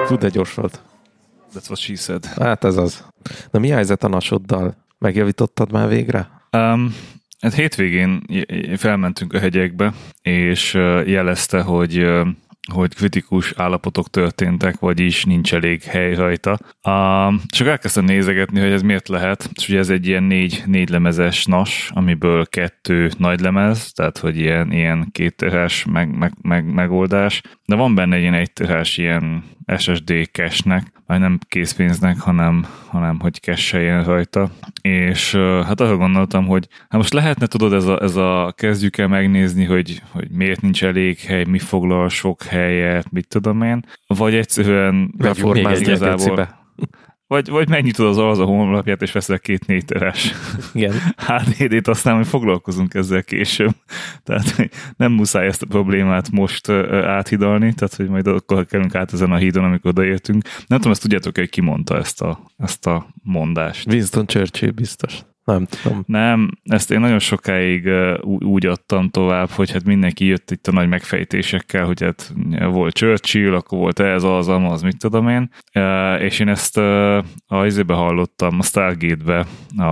Tud, de gyors volt. That's what she said. Hát ez az. Na mi a helyzet a nasoddal? Megjavítottad már végre? Hát hétvégén felmentünk a hegyekbe, és jelezte, hogy kritikus állapotok történtek, vagyis nincs elég hely rajta. Csak elkezdtem nézegetni, hogy ez miért lehet, és ugye ez egy ilyen négy lemezes nas, amiből 2 nagy lemez, tehát hogy ilyen 2 terhes megoldás, de van benne egy ilyen 1 terhes ilyen SSD cache-nek, vagy nem készpénznek, hanem hogy cache-eljen rajta. És hát arra gondoltam, hogy hát most lehetne, tudod, ez a kezdjük el megnézni, hogy miért nincs elég hely, mi foglal sok helyet, mit tudom én, vagy egyszerűen reformázni igazából. Vagy megnyitod az a honlapját, és veszel 2 4 teres HDD-t, aztán majd foglalkozunk ezzel később. Tehát nem muszáj ezt a problémát most áthidalni, tehát hogy majd akkor kerülünk át ezen a hídon, amikor odaértünk. Nem tudom, ezt tudjátok, hogy ki mondta ezt a mondást. Winston Churchill biztos. Nem tudom. Nem, ezt én nagyon sokáig úgy adtam tovább, hogy hát mindenki jött itt a nagy megfejtésekkel, hogy hát volt Churchill, akkor volt ez, az, mit tudom én. És én ezt a izébe hallottam, a Stargate-be,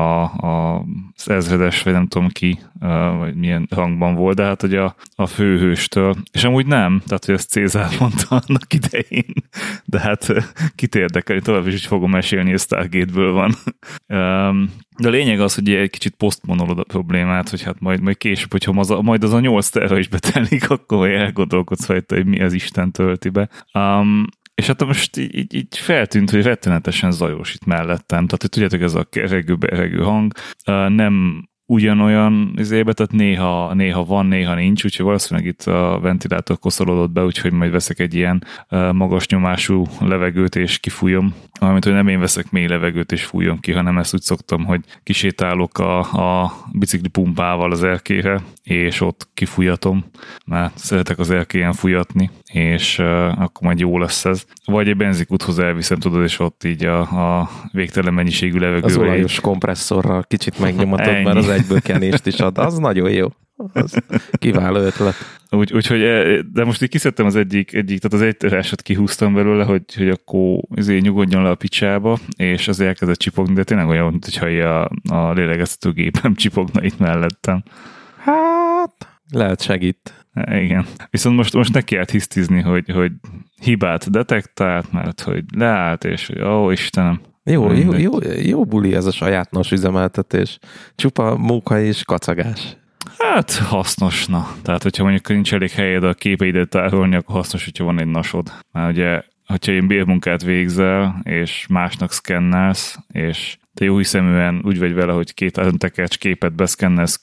az ezredes, vagy nem tudom ki, vagy milyen hangban volt, de hát hogy a főhőstől. És amúgy nem, tehát hogy ezt Cézár mondta annak idején, de hát kit érdekel, tovább is fogom mesélni, hogy Stargate-ből van. De a lényeg az, hogy egy kicsit posztmonolod a problémát, hogy hát majd később, hogyha majd az a 8 terra is betelik, akkor elgondolkodsz rajta, hogy mi az Isten tölti be. És hát most így feltűnt, hogy rettenetesen zajos itt mellettem. Tehát, hogy tudjátok, ez a keregő hang nem ugyanolyan izébe, tehát néha van, néha nincs, úgyhogy valószínűleg itt a ventilátor koszolódott be, úgyhogy majd veszek egy ilyen magas nyomású levegőt és kifújom. Valamint, hogy nem én veszek mély levegőt és fújom ki, hanem ezt úgy szoktam, hogy kisétálok a bicikli pumpával az erkélyre, és ott kifújatom, mert szeretek az erkélyen fújatni, és akkor majd jó lesz ez. Vagy egy benzinkúthoz elviszem, tudod, és ott így a végtelen mennyiségű levegővel. Az olajos kompresszorral kicsit megnyomatod, mert az egyből kenést is ad. Az nagyon jó. Az kiváló ötlet. Úgyhogy, de most így kiszedtem az egyik, tehát az 1 terásat kihúztam belőle, hogy akkor azért nyugodjon le a picsába, és az elkezdett csipogni, de tényleg olyan, mintha a lélegeztetőgépem csipogna itt mellettem. Hát, lehet segít. Igen. Viszont most neki állt hisztizni, hogy hibát detektált, mert hogy leállt, és ó, Istenem. Jó buli ez a saját nos üzemeltetés. Csupa munka és kacagás. Hát hasznosna. Tehát, hogyha mondjuk nincs elég helyed a képeidet tárolni, akkor hasznos, hogyha van egy nasod. Mert ugye, hogyha én bérmunkát végzel, és másnak szkennelsz, és te jó hiszeműen úgy vagy vele, hogy 2 tekercs képet beszkennelsz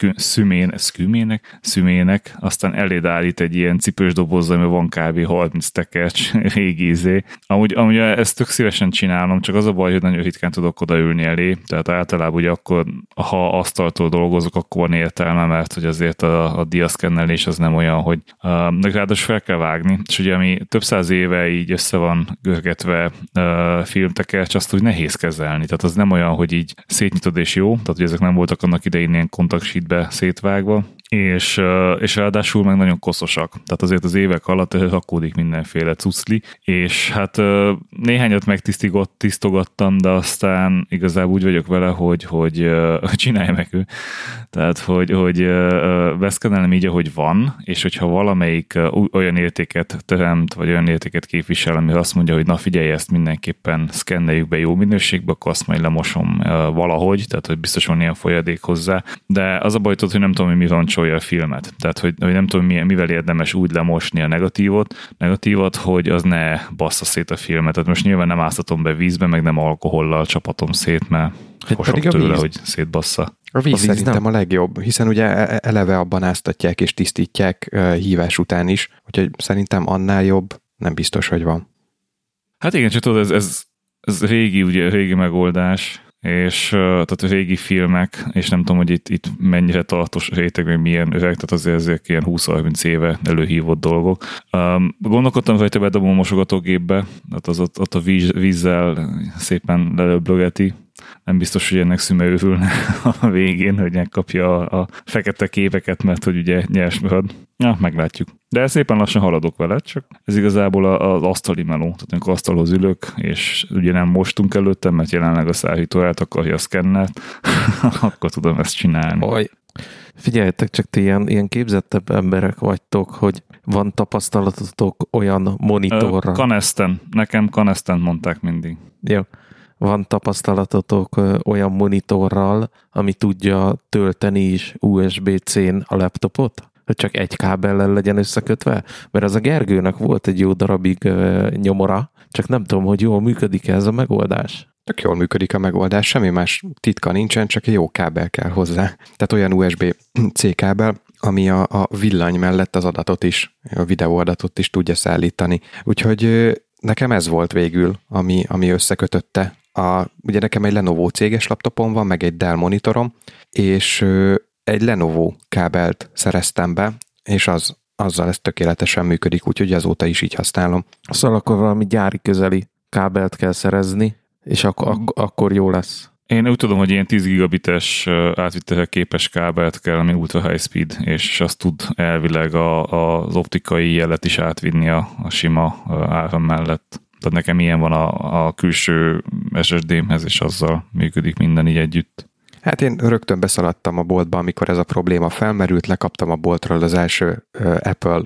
szümének, aztán eléd állít egy ilyen cipős dobozzal, mert van kb. 30 tekercs régi izé. Amúgy ezt tök szívesen csinálom, csak az a baj, hogy nagyon ritkán tudok odaülni elé, tehát általában ugye akkor, ha asztaltól dolgozok, akkor van értelme, mert hogy azért a diaszkennelés az nem olyan, hogy de ráadásul fel kell vágni, és ugye ami több száz éve így össze van görgetve filmtekercs, azt úgy nehéz kezelni, tehát az nem olyan, hogy így szétnyitod és jó, tehát hogy ezek nem voltak annak idején ilyen kontaktsítbe szétvágva, és ráadásul meg nagyon koszosak. Tehát azért az évek alatt rakódik mindenféle cucli, és hát néhányat megtisztogattam, de aztán igazából úgy vagyok vele, hogy csinálj meg ő. Tehát, hogy beszkennelem így, ahogy van, és hogyha valamelyik olyan értéket teremt, vagy olyan értéket képvisel, ami azt mondja, hogy na figyelj, ezt mindenképpen szkenneljük be jó minőségbe, akkor azt majd lemosom valahogy, tehát hogy biztos van ilyen folyadék hozzá, de az a baj, hogy nem tudom, hogy mi roncsolja a filmet. Tehát, hogy nem tudom, mivel érdemes úgy lemosni a negatívat, hogy az ne bassza szét a filmet. Tehát most nyilván nem áztatom be vízbe, meg nem alkohollal csapatom szét, mert fosok tőle, hogy szétbassza. A víz szerintem a legjobb, hiszen ugye eleve abban áztatják és tisztítják hívás után is, úgyhogy szerintem annál jobb nem biztos, hogy van. Hát igen, csak tudod, ez régi megoldás, és tehát a régi filmek, és nem tudom, hogy itt mennyire tartós réteg, meg milyen öreg, tehát azért ezek ilyen 20-30 éve előhívott dolgok. Gondolkodtam, hogy te bedobom a mosogatógépbe, tehát az ott a vízzel szépen lelöblögeti, nem biztos, hogy ennek Szüme örülne a végén, hogy megkapja a fekete képeket, mert hogy ugye nyers marad. Ja, meglátjuk. De szépen lassan haladok vele, csak ez igazából az asztali meló. Tehát amikor asztalhoz ülök, és ugye nem mostunk előttem, mert jelenleg a szállító eltakarja a szkennert, akkor tudom ezt csinálni. Oj. Figyeljetek, csak ti ilyen képzettebb emberek vagytok, hogy van tapasztalatotok olyan monitorra. Canesten. Nekem Canesten mondták mindig. Jó. Van tapasztalatotok olyan monitorral, ami tudja tölteni is USB-C-n a laptopot? Hogy csak egy kábellel legyen összekötve? Mert az a Gergőnek volt egy jó darabig nyomora, csak nem tudom, hogy jól működik ez a megoldás. Tök jól működik a megoldás, semmi más titka nincsen, csak egy jó kábel kell hozzá. Tehát olyan USB-C kábel, ami a villany mellett az adatot is, a videóadatot is tudja szállítani. Úgyhogy nekem ez volt végül, ami összekötötte. Ugye nekem egy Lenovo céges laptopom van, meg egy Dell monitorom, és egy Lenovo kábelt szereztem be, és azzal ez tökéletesen működik, úgyhogy azóta is így használom. Szóval akkor valami gyári közeli kábelt kell szerezni, és akkor jó lesz. Én úgy tudom, hogy ilyen 10 gigabites átvitelre képes kábelt kell, ami ultra high speed, és azt tud elvileg az optikai jelet is átvinni a sima áram mellett. Tehát nekem ilyen van a külső SSD-mhez, és azzal működik minden így együtt. Hát én rögtön beszaladtam a boltba, amikor ez a probléma felmerült, lekaptam a boltról az első Apple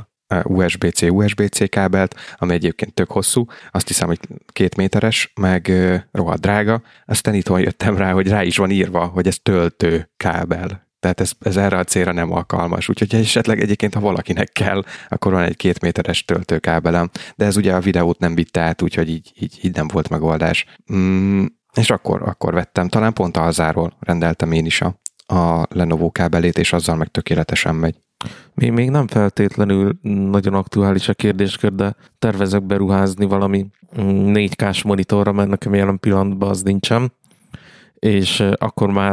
USB-C kábelt, ami egyébként tök hosszú, azt hiszem, hogy 2 méteres, meg rohadt drága. Aztán itthon jöttem rá, hogy rá is van írva, hogy ez töltő kábel. Tehát ez erre a célra nem alkalmas. Úgyhogy esetleg egyébként, ha valakinek kell, akkor van egy 2 méteres töltőkábelem. De ez ugye a videót nem vitte át, úgyhogy így nem volt megoldás. És akkor vettem. Talán pont a Hazáról rendeltem én is a Lenovo kábelét, és azzal meg tökéletesen megy. Még nem feltétlenül nagyon aktuális a kérdéskör, de tervezek beruházni valami 4K-s monitorra, mert nekem jelen pillanatban az nincsen, és akkor már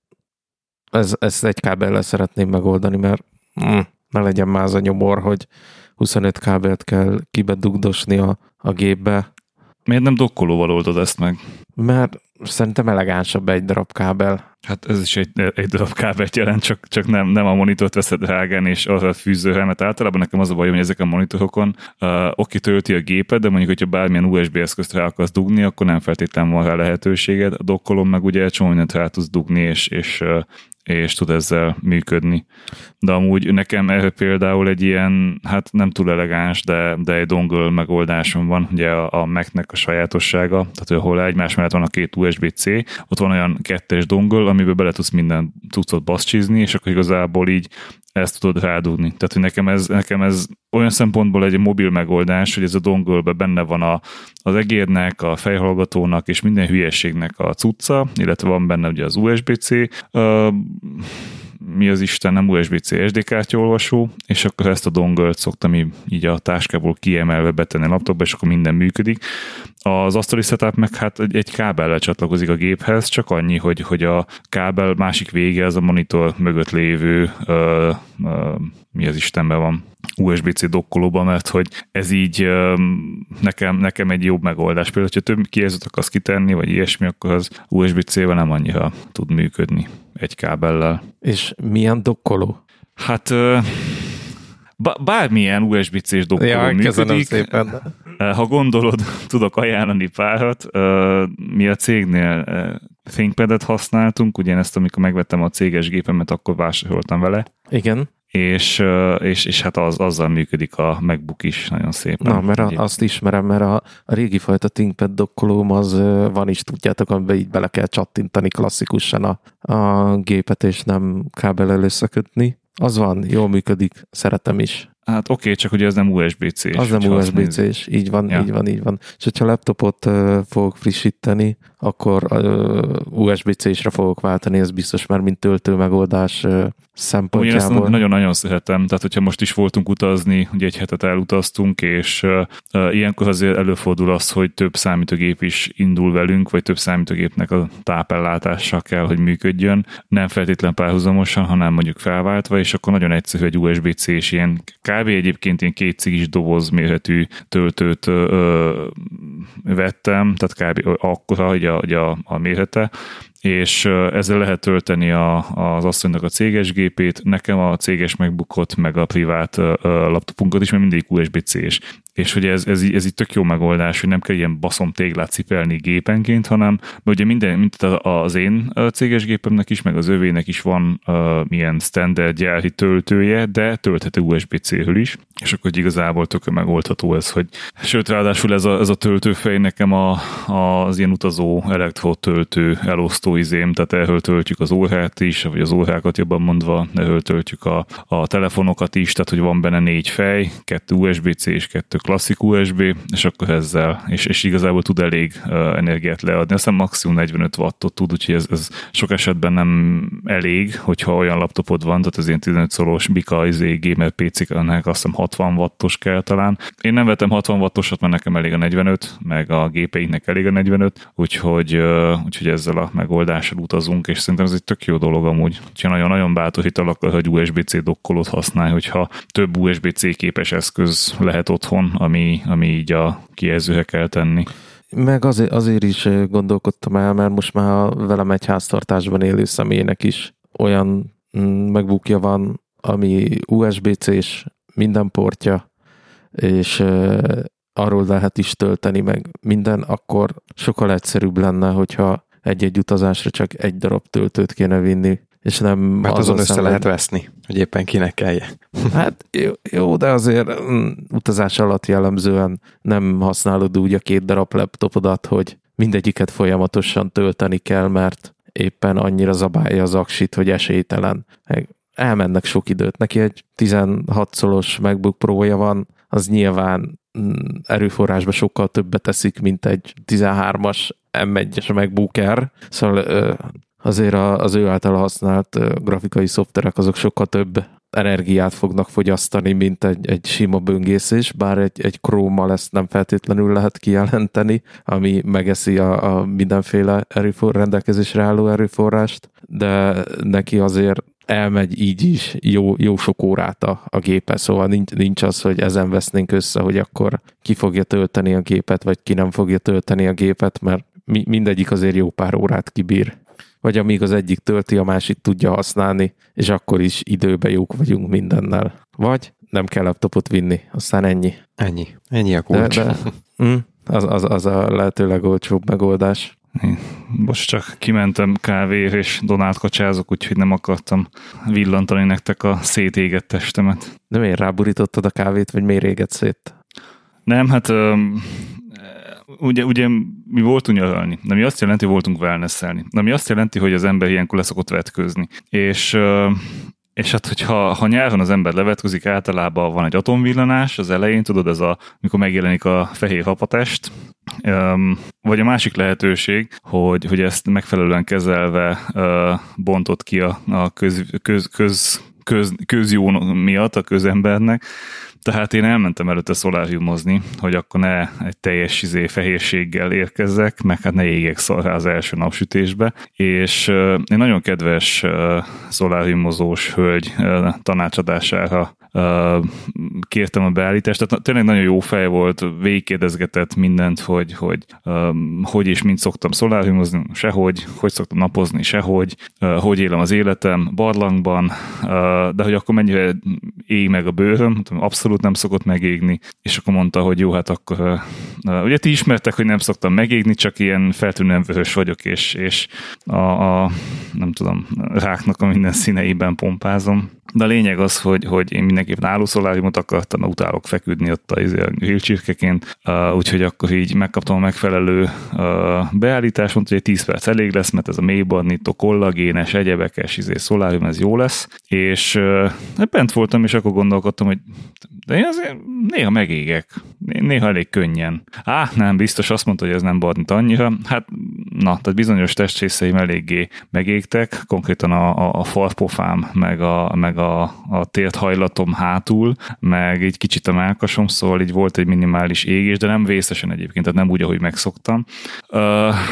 ezt egy kábellel szeretném megoldani, mert ne legyen már az a nyomor, hogy 25 kábelt kell kibedugdosni a gépbe. Miért nem dokkolóval oldod ezt meg? Mert szerintem elegánsabb egy darab kábel. Hát ez is egy darab kábelt jelent, csak nem a monitort veszed drágán és arra fűzőre, mert általában nekem az a bajom, hogy ezek a monitorokon oké, tölti a gépet, de mondjuk, hogyha bármilyen USB eszközt rá akarsz dugni, akkor nem feltétlenül van rá lehetőséged. A dokkolom meg ugye csomó mindent rá tudsz dugni, és tud ezzel működni. De amúgy nekem erre például egy ilyen, hát nem túl elegáns, de egy dongle megoldásom van, ugye a Mac-nek a sajátossága, tehát ahol egymás mellett van a 2 USB-C, ott van olyan 2-es dongle, amiből bele tudsz minden cuccot baszcsizni, és akkor igazából így ezt tudod rádugni. Tehát, hogy nekem ez olyan szempontból egy mobil megoldás, hogy ez a dongle-be benne van az egérnek, a fejhallgatónak és minden hülyeségnek a cucca, illetve van benne ugye az USB-C, mi az Isten, nem USB-C SD kártyaolvasó, és akkor ezt a dongle-t szoktam így a táskából kiemelve betenni a laptopba, és akkor minden működik. Az asztali setup meg hát egy kábellel csatlakozik a géphez, csak annyi, hogy a kábel másik vége az a monitor mögött lévő mi az Istenben van USB-C dokkolóba, mert hogy ez így nekem egy jobb megoldás. Például, hogyha több kijelzőt akarsz kitenni, vagy ilyesmi, akkor az USB-C-vel nem annyira tud működni egy kábellel. És milyen dokkoló? Hát bármilyen USB-C-s dokkoló működik. Szépen. Ha gondolod, tudok ajánlani párat. Mi a cégnél ThinkPad-et használtunk, ugyanezt, amikor megvettem a céges gépemet, akkor vásároltam vele. Igen. És hát azzal működik a MacBook is nagyon szépen. Na, mert azt ismerem, mert a régi fajta ThinkPad dokkolóm az van is, tudjátok, amiben így bele kell csattintani klasszikusan a gépet, és nem kábellel összekötni. Az van, jól működik, szeretem is. Hát oké, csak ugye ez nem USB-C-s. Az nem USB-C-s, így van, ja. így van. És hogyha laptopot fogok frissíteni, akkor USB-C-sre fogok váltani, ez biztos már mint töltő megoldás szempontjából. Ugyan ezt nagyon-nagyon szeretem, tehát hogyha most is voltunk utazni, ugye egy hetet elutaztunk, és ilyenkor azért előfordul az, hogy több számítógép is indul velünk, vagy több számítógépnek a tápellátása kell, hogy működjön. Nem feltétlen párhuzamosan, hanem mondjuk felváltva, és akkor nagyon egyszerű egy USB-C-s ilyen kb. Egyébként ilyen 2 cigis doboz méretű töltőt vettem, tehát kb. Akkora, hogy a mérete, és ezzel lehet tölteni az asszonynak a céges gépét, nekem a céges MacBookot, meg a privát laptopunkat is, mert mindig USB-C-s. És hogy ez így tök jó megoldás, hogy nem kell ilyen baszom téglát cipelni gépenként, hanem ugye mint az én céges gépemnek is, meg az övének is van milyen standard gyári töltője, de tölthető USB-C-ről is, és akkor igazából tök megoldható ez, hogy sőt, ráadásul ez a töltőfej nekem az ilyen utazó elektrotöltő elosztó izém, tehát erről töltjük az órát is, vagy az órákat jobban mondva, erről töltjük a telefonokat is, tehát hogy van benne 4 fej, 2 USB-C és 2 klasszik USB, és akkor ezzel, és igazából tud elég energiát leadni. Aztán maximum 45 wattot tud, úgyhogy ez sok esetben nem elég, hogyha olyan laptopod van, tehát az ilyen 15 szoros Bika gamer PC-nek azt hiszem 60 wattos kell talán. Én nem vettem 60 wattosat, mert nekem elég a 45, meg a gépeinknek elég a 45, úgyhogy ezzel a megoldással utazunk, és szerintem ez egy tök jó dolog amúgy. Úgyhogy nagyon-nagyon bátorítalak, hogy USB-C dokkolót használj, hogyha több USB-C képes eszköz lehet otthon, ami így a kijelzőre kell tenni. Meg azért is gondolkodtam el, mert most már velem egy háztartásban élő személynek is olyan MacBookja van, ami USB-C-s, minden portja, és arról lehet is tölteni meg minden, akkor sokkal egyszerűbb lenne, hogyha egy-egy utazásra csak egy darab töltőt kéne vinni, és nem... Mert azon össze lehet veszni, hogy éppen kinek kelljen. Hát jó, de azért utazás alatt jellemzően nem használod úgy a 2 darab laptopodat, hogy mindegyiket folyamatosan tölteni kell, mert éppen annyira zabálja az aksit, hogy esélytelen. Elmennek sok időt. Neki egy 16 szolos MacBook Pro-ja van, az nyilván erőforrásba sokkal többet teszik, mint egy 13-as M1-es MacBook Air. Szóval azért az ő által használt grafikai szoftverek azok sokkal több energiát fognak fogyasztani, mint egy sima böngészés, bár egy Chrome-mal ezt nem feltétlenül lehet kijelenteni, ami megeszi a mindenféle rendelkezésre álló erőforrást, de neki azért elmegy így is jó sok órát a gépe, szóval nincs az, hogy ezen vesznénk össze, hogy akkor ki fogja tölteni a gépet, vagy ki nem fogja tölteni a gépet, mert mindegyik azért jó pár órát kibír. Vagy amíg az egyik tölti, a másik tudja használni, és akkor is időben jók vagyunk mindennel. Vagy nem kell laptopot vinni, aztán ennyi. Ennyi a kulcs. Az a lehető legolcsóbb megoldás. Most csak kimentem kávéért, és donátkacsázok, úgyhogy nem akartam villantani nektek a szétégett testemet. De miért ráburítottad a kávét, vagy miért éget szét? Nem, hát ugye mi voltunk nyaralni, de mi azt jelenti, hogy voltunk wellnesselni. De mi azt jelenti, hogy az ember ilyenkor leszokott vetkőzni. És hát, hogyha nyáron az ember levetközik, általában van egy atomvillanás az elején, tudod, mikor megjelenik a fehér hapatest, vagy a másik lehetőség, hogy ezt megfelelően kezelve bontott ki a közjó miatt a közembernek. Tehát én elmentem előtte szoláriumozni, hogy akkor ne egy teljes fehérséggel érkezzek, meg hát ne égek szarrá az első napsütésbe, és én nagyon kedves szoláriumozós hölgy tanácsadására kértem a beállítást, tehát tényleg nagyon jó fej volt, végigkérdezgetett mindent, hogy és mint szoktam szoláriumozni, sehogy, hogy szoktam napozni, sehogy, hogy élem az életem barlangban, de hogy akkor mennyire ég meg a bőröm, abszolút nem szokott megégni, és akkor mondta, hogy jó, hát akkor ugye ti ismertek, hogy nem szoktam megégni, csak ilyen feltűnően vörös vagyok, és nem tudom, ráknak a minden színeiben pompázom. De a lényeg az, hogy én mindenképpen állószoláriumot akartam, mert utálok feküdni ott a grillcsirkeként, úgyhogy akkor így megkaptam a megfelelő beállítást, mondta, hogy 10 perc elég lesz, mert ez a mélybarnító, kollagénes, egyebekes szolárium, ez jó lesz, és bent voltam, és akkor gondolkodtam, hogy de én azért néha megégek, néha elég könnyen. Nem, biztos azt mondta, hogy ez nem barnít annyira. Hát, tehát bizonyos testrészeim eléggé megégtek, konkrétan a farpofám, meg a térthajlatom hátul, meg egy kicsit a mellkasom, szóval így volt egy minimális égés, de nem vészesen egyébként, tehát nem úgy, ahogy megszoktam.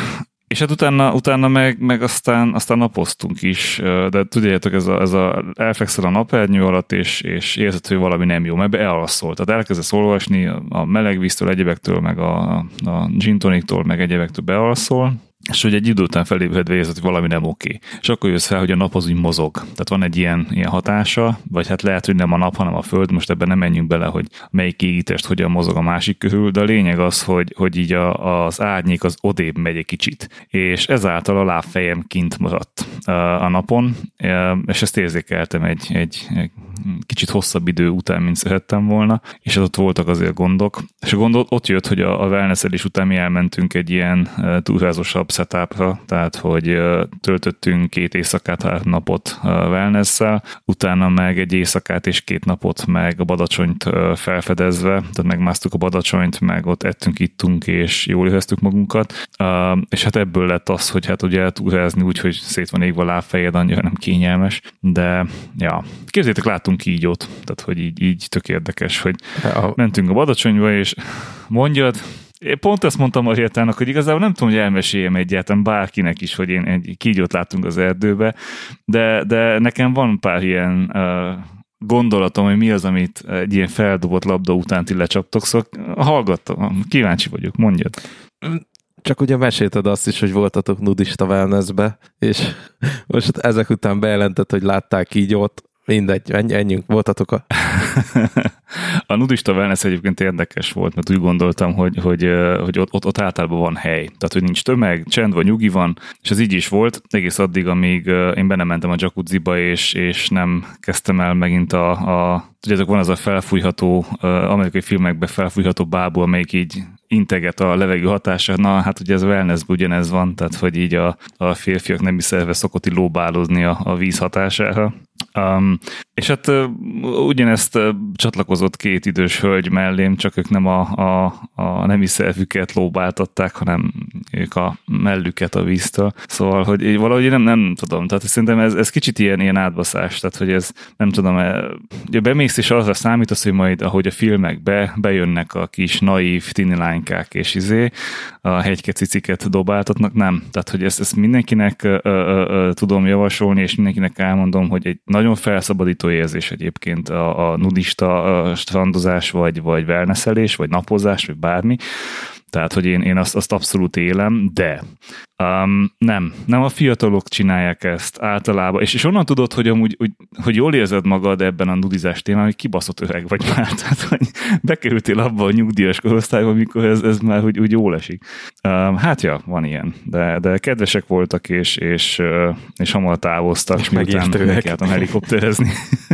És hát utána meg aztán napoztunk is, de tudjátok, ez a elfekszel a napernyő alatt, és érzed, hogy valami nem jó, mert elalszol. Tehát elkezdesz olvasni a meleg víztől, egyebektől, meg a gin toniktól, meg egyebektől bealszol, és hogy egy idő után felébredve érzed, hogy valami nem oké. És akkor jössz fel, hogy a nap az úgy mozog. Tehát van egy ilyen hatása, vagy hát lehet, hogy nem a nap, hanem a föld. Most ebben nem menjünk bele, hogy melyik égitest hogyan mozog a másik körül, de a lényeg az, hogy így az árnyék az odébb megy egy kicsit. És ezáltal a lábfejem kint maradt a napon, és ezt érzékeltem egy kicsit hosszabb idő után, mint szerettem volna, és ott voltak azért gondok. És a gond ott jött, hogy a wellness-elés után mi elmentünk egy ilyen túrázosabb setupra, tehát hogy töltöttünk 2 éjszakát, 3 napot wellness-szel, utána meg egy éjszakát és 2 napot meg a Badacsonyt felfedezve, tehát megmásztuk a Badacsonyt, meg ott ettünk, ittunk, és jól éreztük magunkat, és hát ebből lett az, hogy hát ugye túrázni úgy, hogy szét van égve a lábfejed, annyira nem kényelmes, de ja, képzeljétek, láttunk kígyót, tehát hogy így tök érdekes, hogy mentünk a Badacsonyba, és mondjad, én pont ezt mondtam Mariettának, hogy igazából nem tudom, hogy elmeséljem egyáltalán bárkinek is, hogy én egy kígyót láttunk az erdőbe, de nekem van pár ilyen gondolatom, hogy mi az, amit egy ilyen feldobott labda után ti lecsaptok, szóval hallgattam, kíváncsi vagyok, mondjad. Csak ugye mesélted azt is, hogy voltatok nudista wellnessbe, és most ezek után bejelentett, hogy látták kígyót. Mindegy, ennyünk, voltatok A nudista wellness egyébként érdekes volt, mert úgy gondoltam, hogy ott általában van hely. Tehát, hogy nincs tömeg, csend van, nyugi van, és ez így is volt, egész addig, amíg én bementem a jacuzziba, és nem kezdtem el megint tudjátok, van az a felfújható, amerikai filmekben felfújható bábú, amelyik így integet a levegő hatása. Na, hát ugye ez wellnessben ugyanez van, tehát hogy így a férfiak nemi szerve szokott így lóbálózni a víz hatására. És hát ugyanezt csatlakozott 2 idős hölgy mellém, csak ők nem a nemi szervüket lóbáltatták, hanem ők a mellüket a víztől. Szóval, hogy valahogy nem tudom, tehát szerintem ez kicsit ilyen átbaszás, tehát hogy ez nem tudom, ugye bemész és arra számítasz, hogy majd ahogy a filmekbe bejönnek a kis naív tini lánykák és a hegykeciciket dobáltatnak, nem. Tehát, hogy ezt mindenkinek tudom javasolni, és mindenkinek elmondom, hogy egy nagyon felszabadító érzés egyébként a nudista strandozás, vagy wellnesselés, vagy napozás, vagy bármi. Tehát, hogy én azt abszolút élem, de nem a fiatalok csinálják ezt általában, és onnan tudod, hogy amúgy, hogy jól érzed magad ebben a nudizás témában, hogy kibaszott öreg vagy már, tehát, hogy bekerültél abba a nyugdíjas korosztályba, amikor ez már úgy jól esik. Hát ja, van ilyen, de kedvesek voltak, és hamar távoztak, és miután nekiálltam helikopterezni.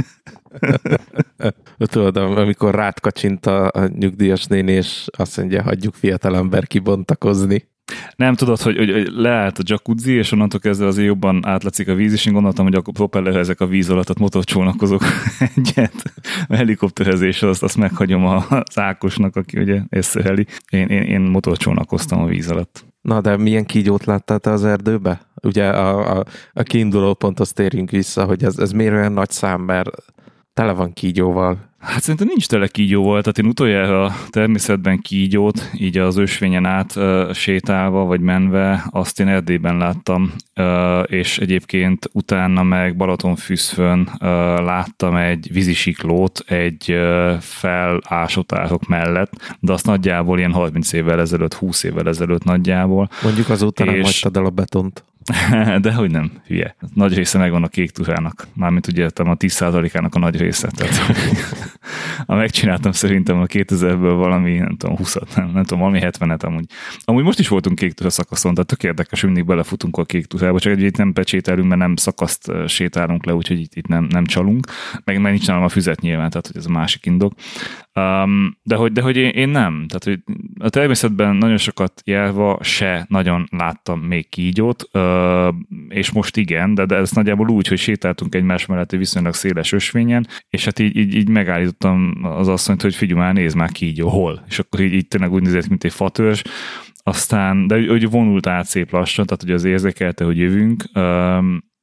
Tudod, amikor rátkacsint a nyugdíjas néni, és azt mondja, hagyjuk fiatalember kibontakozni. Nem tudod, hogy leállt a jacuzzi, és onnantól kezdve azért jobban átlátszik a víz, és én gondoltam, hogy a propellerezek a víz alatt, tehát motorcsónakozok egyet. A helikopterezésre azt meghagyom az Ákosnak, aki ugye észreheli. Én motorcsónakoztam a víz alatt. Na, de milyen kígyót láttál te az erdőbe? Ugye a kiinduló ponthoz térjünk vissza, hogy ez miért olyan nagy szám, mert tele van kígyóval. Hát szerintem nincs tele kígyóval, tehát én utoljára a természetben kígyót, így az ösvényen át sétálva vagy menve, azt én Erdélyben láttam, és egyébként utána meg Balatonfüszfön láttam egy vízisiklót egy felásott árok mellett, de azt nagyjából ilyen 30 évvel ezelőtt, 20 évvel ezelőtt nagyjából. Mondjuk azóta nem hagytad el a betont. Dehogy nem, hülye. Nagy része megvan a kék turának. Mármint úgy értem, a 10%-ának a nagy része. Tehát, megcsináltam szerintem a 2000-ből valami, nem tudom, 20-at, nem tudom, valami 70-et amúgy. Amúgy most is voltunk kék tura szakaszon, tehát tök érdekes, hogy mindig belefutunk a kék turába, csak itt nem pecsételünk, mert nem szakaszt sétálunk le, úgyhogy itt nem csalunk. Meg nincs nálam a füzet nyilván, tehát hogy ez a másik indok. De hogy én nem. Tehát, hogy a természetben nagyon sokat járva se nagyon láttam még kígyót, és most igen, de ez nagyjából úgy, hogy sétáltunk egymás mellett egy viszonylag széles ösvényen, és hát így megállítottam az asszonyt, hogy figyelj már, nézd már kígyó, hol? És akkor így tényleg úgy nézett, mint egy fatörzs, aztán, de hogy vonult át szép lassan, tehát hogy az érzékelte, hogy jövünk,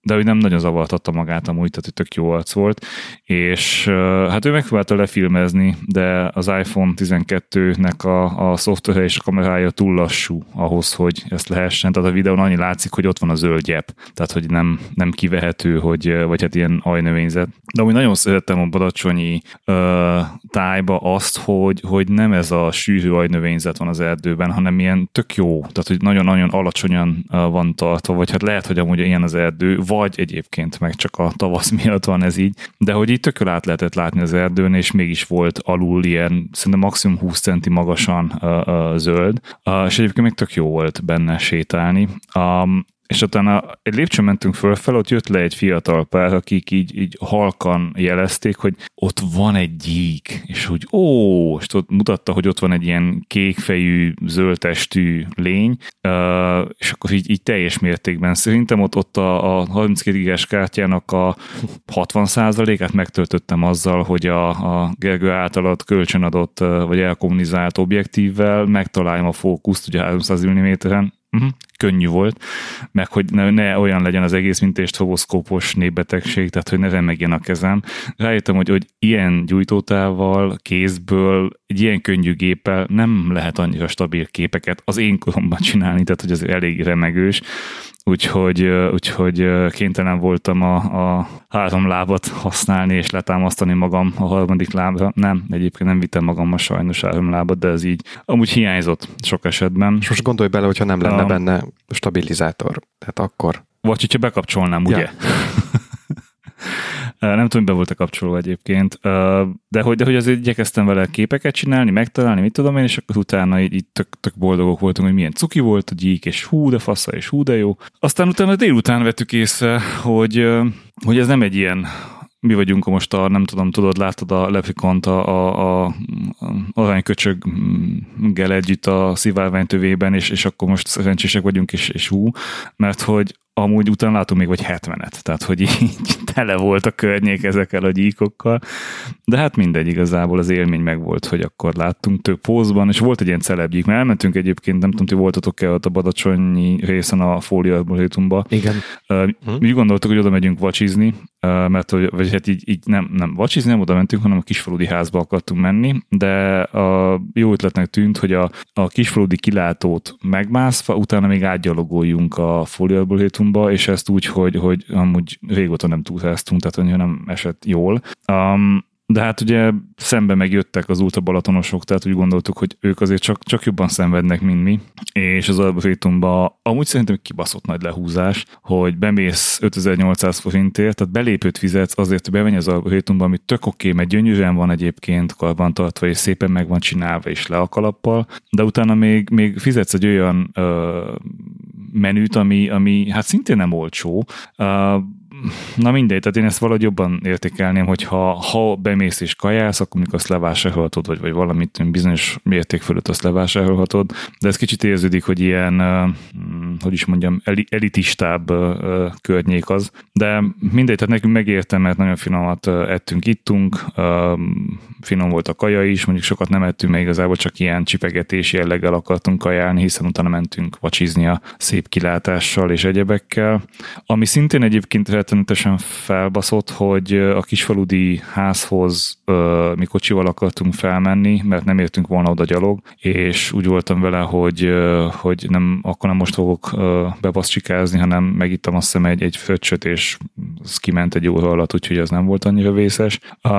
de hogy nem nagyon zavartatta magát amúgy, tehát hogy tök jó arc volt, és hát ő megpróbálta lefilmezni, de az iPhone 12-nek a szoftverje és a kamerája túl lassú ahhoz, hogy ezt lehessen, tehát a videón annyi látszik, hogy ott van a zöld gyep, tehát hogy nem kivehető, vagy hát ilyen ajnövényzet. De amúgy nagyon szerettem a badacsonyi tájba azt, hogy nem ez a sűrű ajnövényzet van az erdőben, hanem ilyen tök jó, tehát hogy nagyon-nagyon alacsonyan van tartva, vagy hát lehet, hogy amúgy ilyen az erdő, vagy egyébként meg csak a tavasz miatt van ez így, de hogy így tökül át lehetett látni az erdőn, és mégis volt alul ilyen, szerintem maximum 20 centi magasan zöld, és egyébként még tök jó volt benne sétálni. És utána egy lépcsőn mentünk fölfel, ott jött le egy fiatal pár, akik így halkan jelezték, hogy ott van egy gyík, és hogy és ott mutatta, hogy ott van egy ilyen kékfejű, zöldtestű lény, és akkor így teljes mértékben. Szerintem ott a 32 gigás kártyának a 60%-át megtöltöttem azzal, hogy a Gergő általad kölcsönadott, vagy elkommunizált objektívvel megtaláljam a fókuszt, ugye 300 mm-en, könnyű volt, meg hogy ne olyan legyen az egész, mint egy stroboszkópos népbetegség, tehát hogy ne remegjen a kezem. Rájöttem, hogy ilyen gyújtótával, kézből, egy ilyen könnyű géppel nem lehet annyira stabil képeket az én koromban csinálni, tehát hogy ez elég remegős. Úgyhogy kénytelen voltam a 3 lábat használni és letámasztani magam a 3. lábra. Nem, egyébként nem vittem magammal sajnos 3 lábat, de ez így amúgy hiányzott sok esetben. És most gondolj bele, hogyha nem lenne benne stabilizátor. Tehát akkor... Vagy hogyha bekapcsolnám, ugye? Nem tudom, be volt-e kapcsolva egyébként, de hogy azért igyekeztem vele képeket csinálni, megtalálni, mit tudom én, és akkor utána így tök boldogok voltunk, hogy milyen cuki volt a gyík, és hú de fasza, és hú de jó. Aztán utána délután vettük észre, hogy ez nem egy ilyen, mi vagyunk most nem tudom, láttad a Leprikont a aranyköcsöggel együtt a szivárványtövében, és akkor most szerencsések vagyunk, és mert hogy amúgy utána látunk még vagy 70-et, tehát hogy így tele volt a környék ezekkel a gyíkokkal, de hát mindegy, igazából az élmény meg volt, hogy akkor láttunk több pózban, és volt egy ilyen celebgyík, mert elmentünk egyébként, nem tudom, hogy voltatok-e ott a badacsonyi részen a Fólia Arborétumba. Igen. Mi gondoltuk, hogy oda megyünk vacsizni, mert vagy hát így nem vacsizni, nem oda mentünk, hanem a Kisfaludi házba akartunk menni, de jó ötletnek tűnt, hogy a Kisfaludi kilátót megmászva, utána még átgyalogoljunk a Fólia Arborétumba, és ezt úgy, hogy amúgy régóta nem túráztunk, tehát annyira nem esett jól. De hát ugye szembe megjöttek az ultrabalatonosok, tehát úgy gondoltuk, hogy ők azért csak jobban szenvednek, mint mi, és az Arborétumba amúgy szerintem kibaszott nagy lehúzás, hogy bemész 5800 forintért, tehát belépőt fizetsz azért, hogy bemenj az Arborétumba, ami tök oké, mert gyönyörűen van egyébként karbantartva, és szépen meg van csinálva, és le a kalappal, de utána még fizetsz egy olyan menüt, ami hát szintén nem olcsó. Na mindegy, tehát én ezt valahogy jobban értékelném, hogy ha bemész és kajálsz, akkor mikor azt levásárolhatod, vagy valamit bizonyos mérték fölött azt levásárolhatod, de ez kicsit érződik, hogy ilyen, hogy is mondjam, elitistább környék az, de mindegy, tehát nekünk megértem, mert nagyon finomat ettünk, ittunk, finom volt a kaja is, mondjuk sokat nem ettünk, mert igazából csak ilyen csipegetés jelleggel akartunk kajálni, hiszen utána mentünk vacsizni a szép kilátással és egyebekkel. Ami szintén egyébként rettenetesen felbaszott, hogy a Kisfaludi házhoz mi kocsival akartunk felmenni, mert nem értünk volna oda gyalog, és úgy voltam vele, hogy akkor nem most fogok bebaszcsikázni, hanem megittam azt hiszem egy fröccsöt, és az kiment egy óra alatt, úgyhogy az nem volt annyira vészes.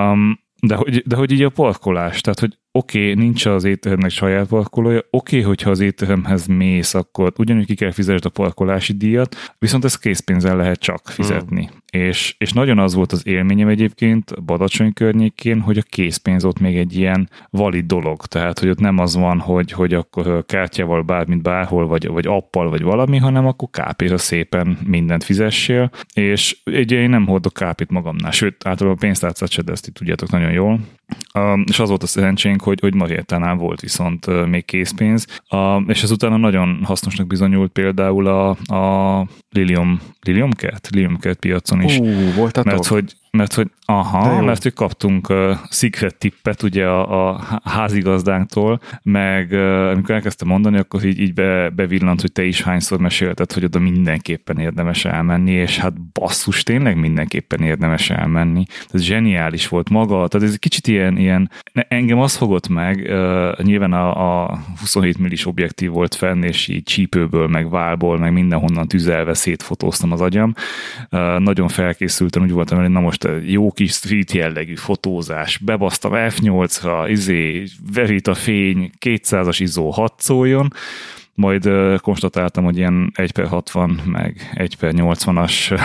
De hogy így a parkolás, tehát hogy oké, nincs az étteremnek saját parkolója, oké, hogyha az étteremhez mész, akkor ugyanúgy ki kell fizetni a parkolási díjat, viszont ezt készpénzzel lehet csak fizetni. És nagyon az volt az élményem egyébként Badacsony környékén, hogy a készpénz ott még egy ilyen valid dolog, tehát hogy ott nem az van, hogy akkor kártyával bármint bárhol, vagy appal, vagy valami, hanem akkor kápéra szépen mindent fizessél, és ugye én nem hordok kápét magamnál, sőt, általában a pénztárcát se, de ezt itt tudjátok nagyon jól. És az volt a szerencsénk, hogy Mariétánál volt viszont még készpénz, és ez utána nagyon hasznosnak bizonyult például a Lilium kert piacon is. Voltatok? mert hogy kaptunk secret tippet ugye a házigazdánktól, meg amikor elkezdtem mondani, akkor így bevillant, hogy te is hányszor mesélted, hogy oda mindenképpen érdemes elmenni, és hát basszus, tényleg mindenképpen érdemes elmenni. Ez zseniális volt maga, tehát ez egy kicsit ilyen engem az fogott meg, nyilván a 27 millis objektív volt fenn, és így csípőből, meg válból, meg mindenhonnan tüzelve szétfotóztam az agyam. Nagyon felkészültem, úgy voltam, hogy na most jó kis street jellegű fotózás, bebasztam F8-ra, verít a fény, 200-as ISO 6 szóljon, majd konstatáltam, hogy ilyen 1/60 meg 1/80-as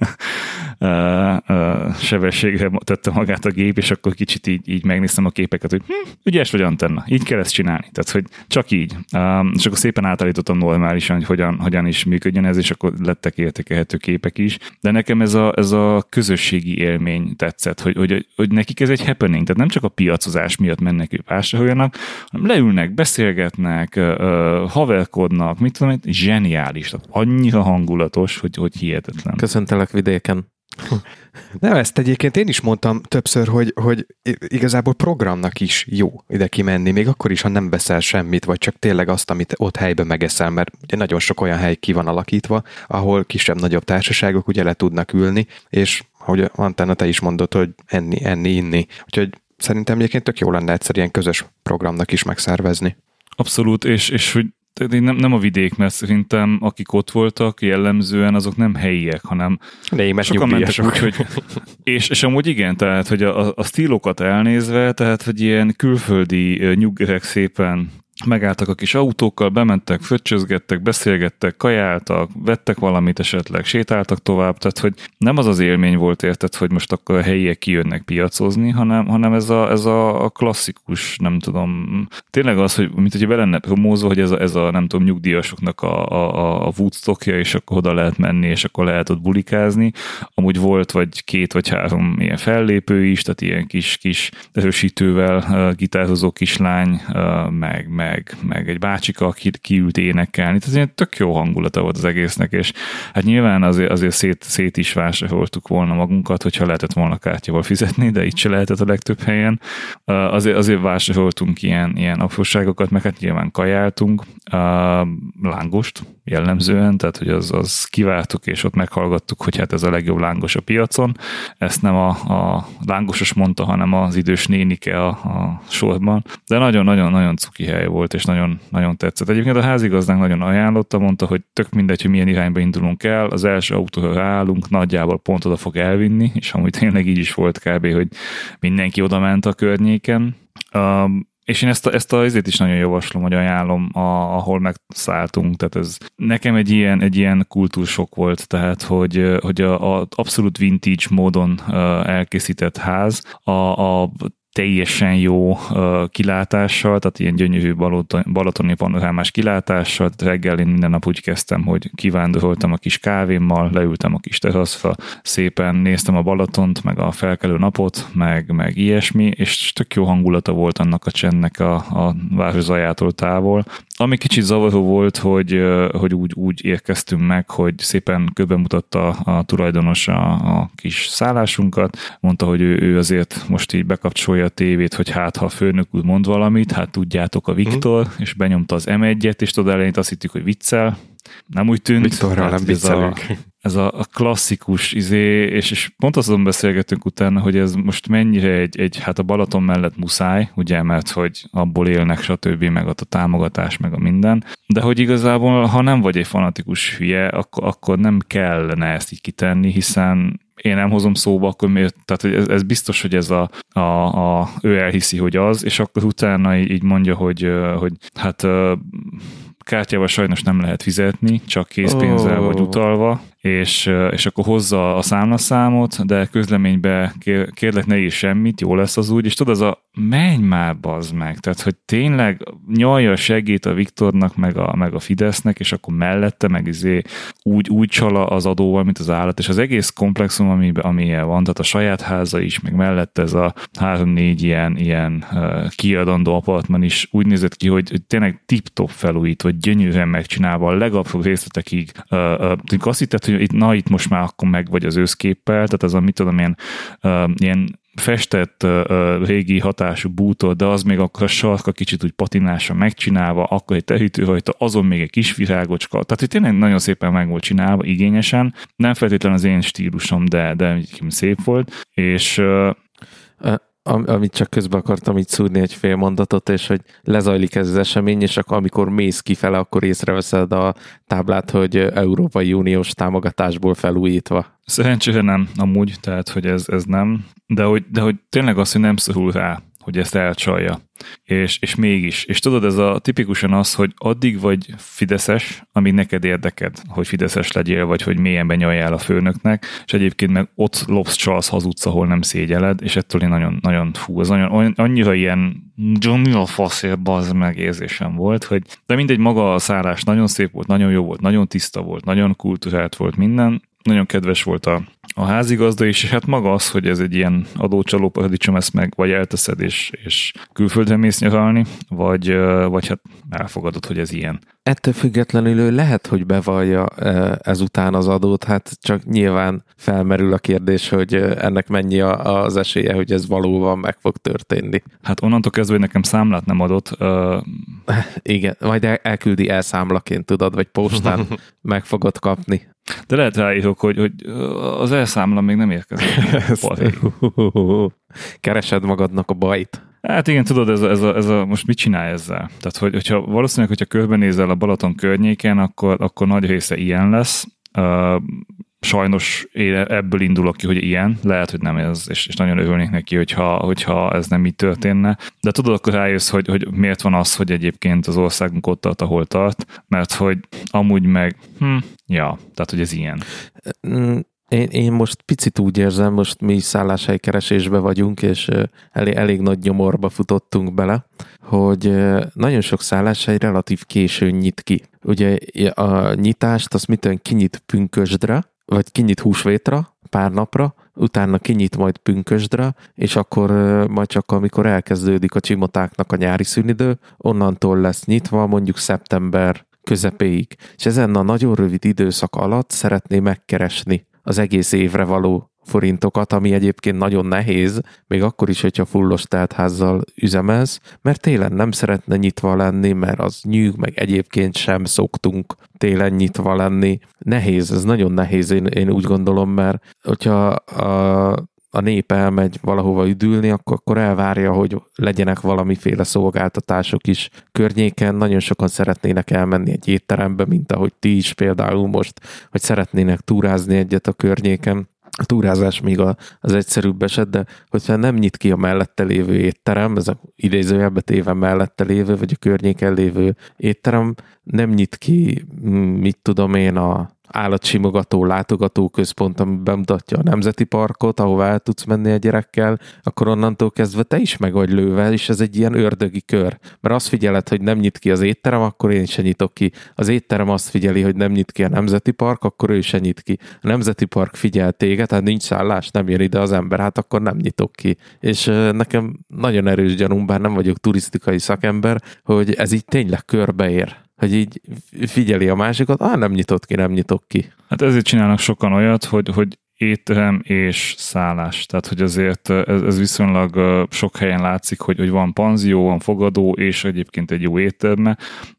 sebességre tette magát a gép, és akkor kicsit így megnéztem a képeket, hogy ügyes vagy antenna, így kell ezt csinálni. Tehát, hogy csak így. És akkor szépen átállítottam normálisan, hogy hogyan is működjön ez, és akkor lettek értékelhető képek is. De nekem ez a közösségi élmény tetszett, hogy nekik ez egy happening, tehát nem csak a piacozás miatt mennek ők vásároljanak, hanem leülnek, beszélgetnek, haverkodnak, mit tudom, zseniális, tehát annyira hangulatos, hogy hihetetlen. Köszöntelek vidéken. Nem, ezt egyébként én is mondtam többször, hogy igazából programnak is jó ide kimenni, még akkor is, ha nem veszel semmit, vagy csak tényleg azt, amit ott helyben megeszel, mert ugye nagyon sok olyan hely ki van alakítva, ahol kisebb-nagyobb társaságok ugye le tudnak ülni, és ahogy Antenna, te is mondod, hogy enni, inni. Úgyhogy szerintem egyébként tök jó lenne egyszer ilyen közös programnak is megszervezni. Abszolút, és hogy nem a vidék, mert szerintem akik ott voltak jellemzően, azok nem helyiek, hanem sokan mentek úgy, hogy és amúgy igen, tehát hogy a stílokat elnézve, tehát hogy ilyen külföldi nyuggerek szépen megálltak a kis autókkal, bementek, fröccsözgettek, beszélgettek, kajáltak, vettek valamit esetleg, sétáltak tovább, tehát hogy nem az élmény volt, érted, hogy most akkor a helyiek kijönnek piacozni, hanem ez a klasszikus, nem tudom, tényleg az, hogy mint hogyha be lenne promózva, hogy ez a nem tudom, nyugdíjasoknak a Woodstockja, és akkor oda lehet menni, és akkor lehet ott bulikázni. Amúgy volt vagy 2 vagy 3 ilyen fellépő is, tehát ilyen kis erősítővel gitározó kislány, meg egy bácsika, aki kiült énekelni. Tehát ilyen tök jó hangulata volt az egésznek, és hát nyilván azért szét is vásároltuk volna magunkat, hogyha lehetett volna kártyával fizetni, de itt se lehetett a legtöbb helyen. Azért vásároltunk ilyen apróságokat, meg hát nyilván kajáltunk, lángost jellemzően, tehát hogy az kiváltuk, és ott meghallgattuk, hogy hát ez a legjobb lángos a piacon. Ezt nem a lángosos mondta, hanem az idős nénike a sorban. De nagyon-nagyon cuki hely volt, és nagyon, nagyon tetszett. Egyébként a házigazdánk nagyon ajánlotta, mondta, hogy tök mindegy, hogy milyen irányba indulunk el, az első autóra ráállunk, nagyjából pont oda fog elvinni, és amúgy tényleg így is volt kb., hogy mindenki oda ment a környéken. És én ezt azért is nagyon javaslom, hogy ajánlom, ahol megszálltunk. Tehát ez nekem egy ilyen kultúrsok volt, tehát hogy a abszolút vintage módon elkészített ház, a teljesen jó kilátással, tehát ilyen gyönyörű balatoni panorámás kilátással. Reggel én minden nap úgy kezdtem, hogy kivándoroltam a kis kávémmal, leültem a kis teraszra, szépen néztem a Balatont, meg a felkelő napot, meg ilyesmi, és tök jó hangulata volt annak a csendnek a város zajától távol. Ami kicsit zavaró volt, hogy úgy érkeztünk meg, hogy szépen körbemutatta a tulajdonos a kis szállásunkat, mondta, hogy ő azért most így bekapcsolja a tévét, hogy hát ha a főnök úr mond valamit, hát tudjátok a Viktor, és benyomta az M1-et, és tudod elejét azt hittük, hogy viccel. Nem úgy tűnt. Viktorral nem viccelünk. Ez a klasszikus és pont azon beszélgetünk utána, hogy ez most mennyire hát a Balaton mellett muszáj, ugye, mert hogy abból élnek, stb., meg ott a támogatás, meg a minden, de hogy igazából, ha nem vagy egy fanatikus hülye, akkor nem kellene ezt így kitenni, hiszen én nem hozom szóba, akkor miért? Tehát hogy ez biztos, hogy ez ő elhiszi, hogy az, és akkor utána így mondja, hogy hát kártyával sajnos nem lehet fizetni, csak készpénzzel vagy utalva, és akkor hozza a számlaszámot, de közleménybe kérlek ne írj semmit, jó lesz az úgy, és tudod, az a menj már, bazd meg, tehát hogy tényleg nyalja a segít a Viktornak, meg a Fidesznek, és akkor mellette meg úgy csal az adóval, mint az állat, és az egész komplexum, amilyen van, tehát a saját háza is, meg mellette ez a 3-4 ilyen kiadandó apartman is úgy nézett ki, hogy tényleg tip-top felújít, vagy gyönyörűen megcsinálva, a legapróbb részletekig. Azt hitted, hogy itt most már akkor meg vagy az őszképpel, tehát az a, mit tudom én, ilyen festett régi hatású bútor, de az még akkor a sarka kicsit úgy patinásan megcsinálva, akkor egy tehűtő rajta, azon még egy kis virágocska. Tehát itt tényleg nagyon szépen meg volt csinálva, igényesen. Nem feltétlenül az én stílusom, de szép volt. És amit csak közben akartam így szúrni egy fél mondatot, és hogy lezajlik ez az esemény, és akkor amikor mész kifele, akkor észreveszed a táblát, hogy Európai Uniós támogatásból felújítva. Szerencsére nem, amúgy, tehát hogy ez nem, de hogy tényleg az, hogy nem szorul rá, hogy ezt elcsalja. És mégis. És tudod, ez a tipikusan az, hogy addig vagy fideszes, amíg neked érdeked, hogy fideszes legyél, vagy hogy mélyen benyaljál a főnöknek, és egyébként meg ott lopsz, csalsz, hazudsz, ahol nem szégyeled, és ettől én nagyon, nagyon az annyira ilyen mi a faszél, bazd meg érzésem volt, hogy de mindegy, maga a szállás nagyon szép volt, nagyon jó volt, nagyon tiszta volt, nagyon kulturált volt minden, nagyon kedves volt a házigazda is, és hát maga az, hogy ez egy ilyen adócsaló paradicsom, ezt meg vagy elteszed, és külföldre mész nyaralni, vagy hát elfogadod, hogy ez ilyen. Ettől függetlenül ő lehet, hogy bevallja ezután az adót, hát csak nyilván felmerül a kérdés, hogy ennek mennyi az esélye, hogy ez valóban meg fog történni. Hát onnantól kezdve, hogy nekem számlát nem adott. Igen, majd elküldi elszámlaként, tudod, vagy postán meg fogod kapni. De lehet ráírok, hogy az elszámla még nem érkezik. Keresed magadnak a bajt. Hát igen, tudod, ez a most mit csinálj ezzel? Tehát, hogyha valószínűleg, hogyha körbenézel a Balaton környéken, akkor nagy része ilyen lesz. Sajnos én ebből indulok ki, hogy ilyen, lehet, hogy nem ez, és nagyon örülnék neki, hogyha ez nem így történne. De tudod, akkor rájössz, hogy miért van az, hogy egyébként az országunk ott tart, ahol tart, mert hogy amúgy meg, tehát, hogy ez ilyen. Én most picit úgy érzem, most mi szálláshelykeresésbe vagyunk, és elég nagy nyomorba futottunk bele, hogy nagyon sok szálláshely relatív későn nyit ki. Ugye a nyitást azt kinyit pünkösdre, vagy kinyit húsvétra, pár napra, utána kinyit majd pünkösdre, és akkor majd csak amikor elkezdődik a csimotáknak a nyári szünidő, onnantól lesz nyitva mondjuk szeptember közepéig. És ezen a nagyon rövid időszak alatt szeretné megkeresni az egész évre való forintokat, ami egyébként nagyon nehéz, még akkor is, hogyha fullos teltházzal üzemelsz, mert télen nem szeretne nyitva lenni, mert az nyűg, meg egyébként sem szoktunk télen nyitva lenni. Nehéz, ez nagyon nehéz, én úgy gondolom, mert hogyha a nép elmegy valahova üdülni, akkor elvárja, hogy legyenek valamiféle szolgáltatások is környéken. Nagyon sokan szeretnének elmenni egy étterembe, mint ahogy ti is például most, hogy szeretnének túrázni egyet a környéken. A túrázás még az egyszerűbb eset, de hogyha nem nyit ki a mellette lévő étterem, ez a idézőjelbe téve mellette lévő, vagy a környéken lévő étterem, nem nyit ki, mit tudom én, a állatsimogató látogatóközpont, ami bemutatja a Nemzeti Parkot, ahová el tudsz menni a gyerekkel, akkor onnantól kezdve te is meg vagy lőve, és ez egy ilyen ördögi kör. Mert azt figyeled, hogy nem nyit ki az étterem, akkor én se nyitok ki. Az étterem azt figyeli, hogy nem nyit ki a Nemzeti Park, akkor ő se nyit ki. A Nemzeti Park figyel téged, hát nincs szállás, nem jön ide az ember, hát akkor nem nyitok ki. És nekem nagyon erős gyanúm, bár nem vagyok turisztikai szakember, hogy ez így tényleg körbeér. Hogy így figyeli a másikat, nem nyitok ki. Hát ezért csinálnak sokan olyat, hogy étterem és szállás. Tehát, hogy azért ez viszonylag sok helyen látszik, hogy van panzió, van fogadó, és egyébként egy jó étterme.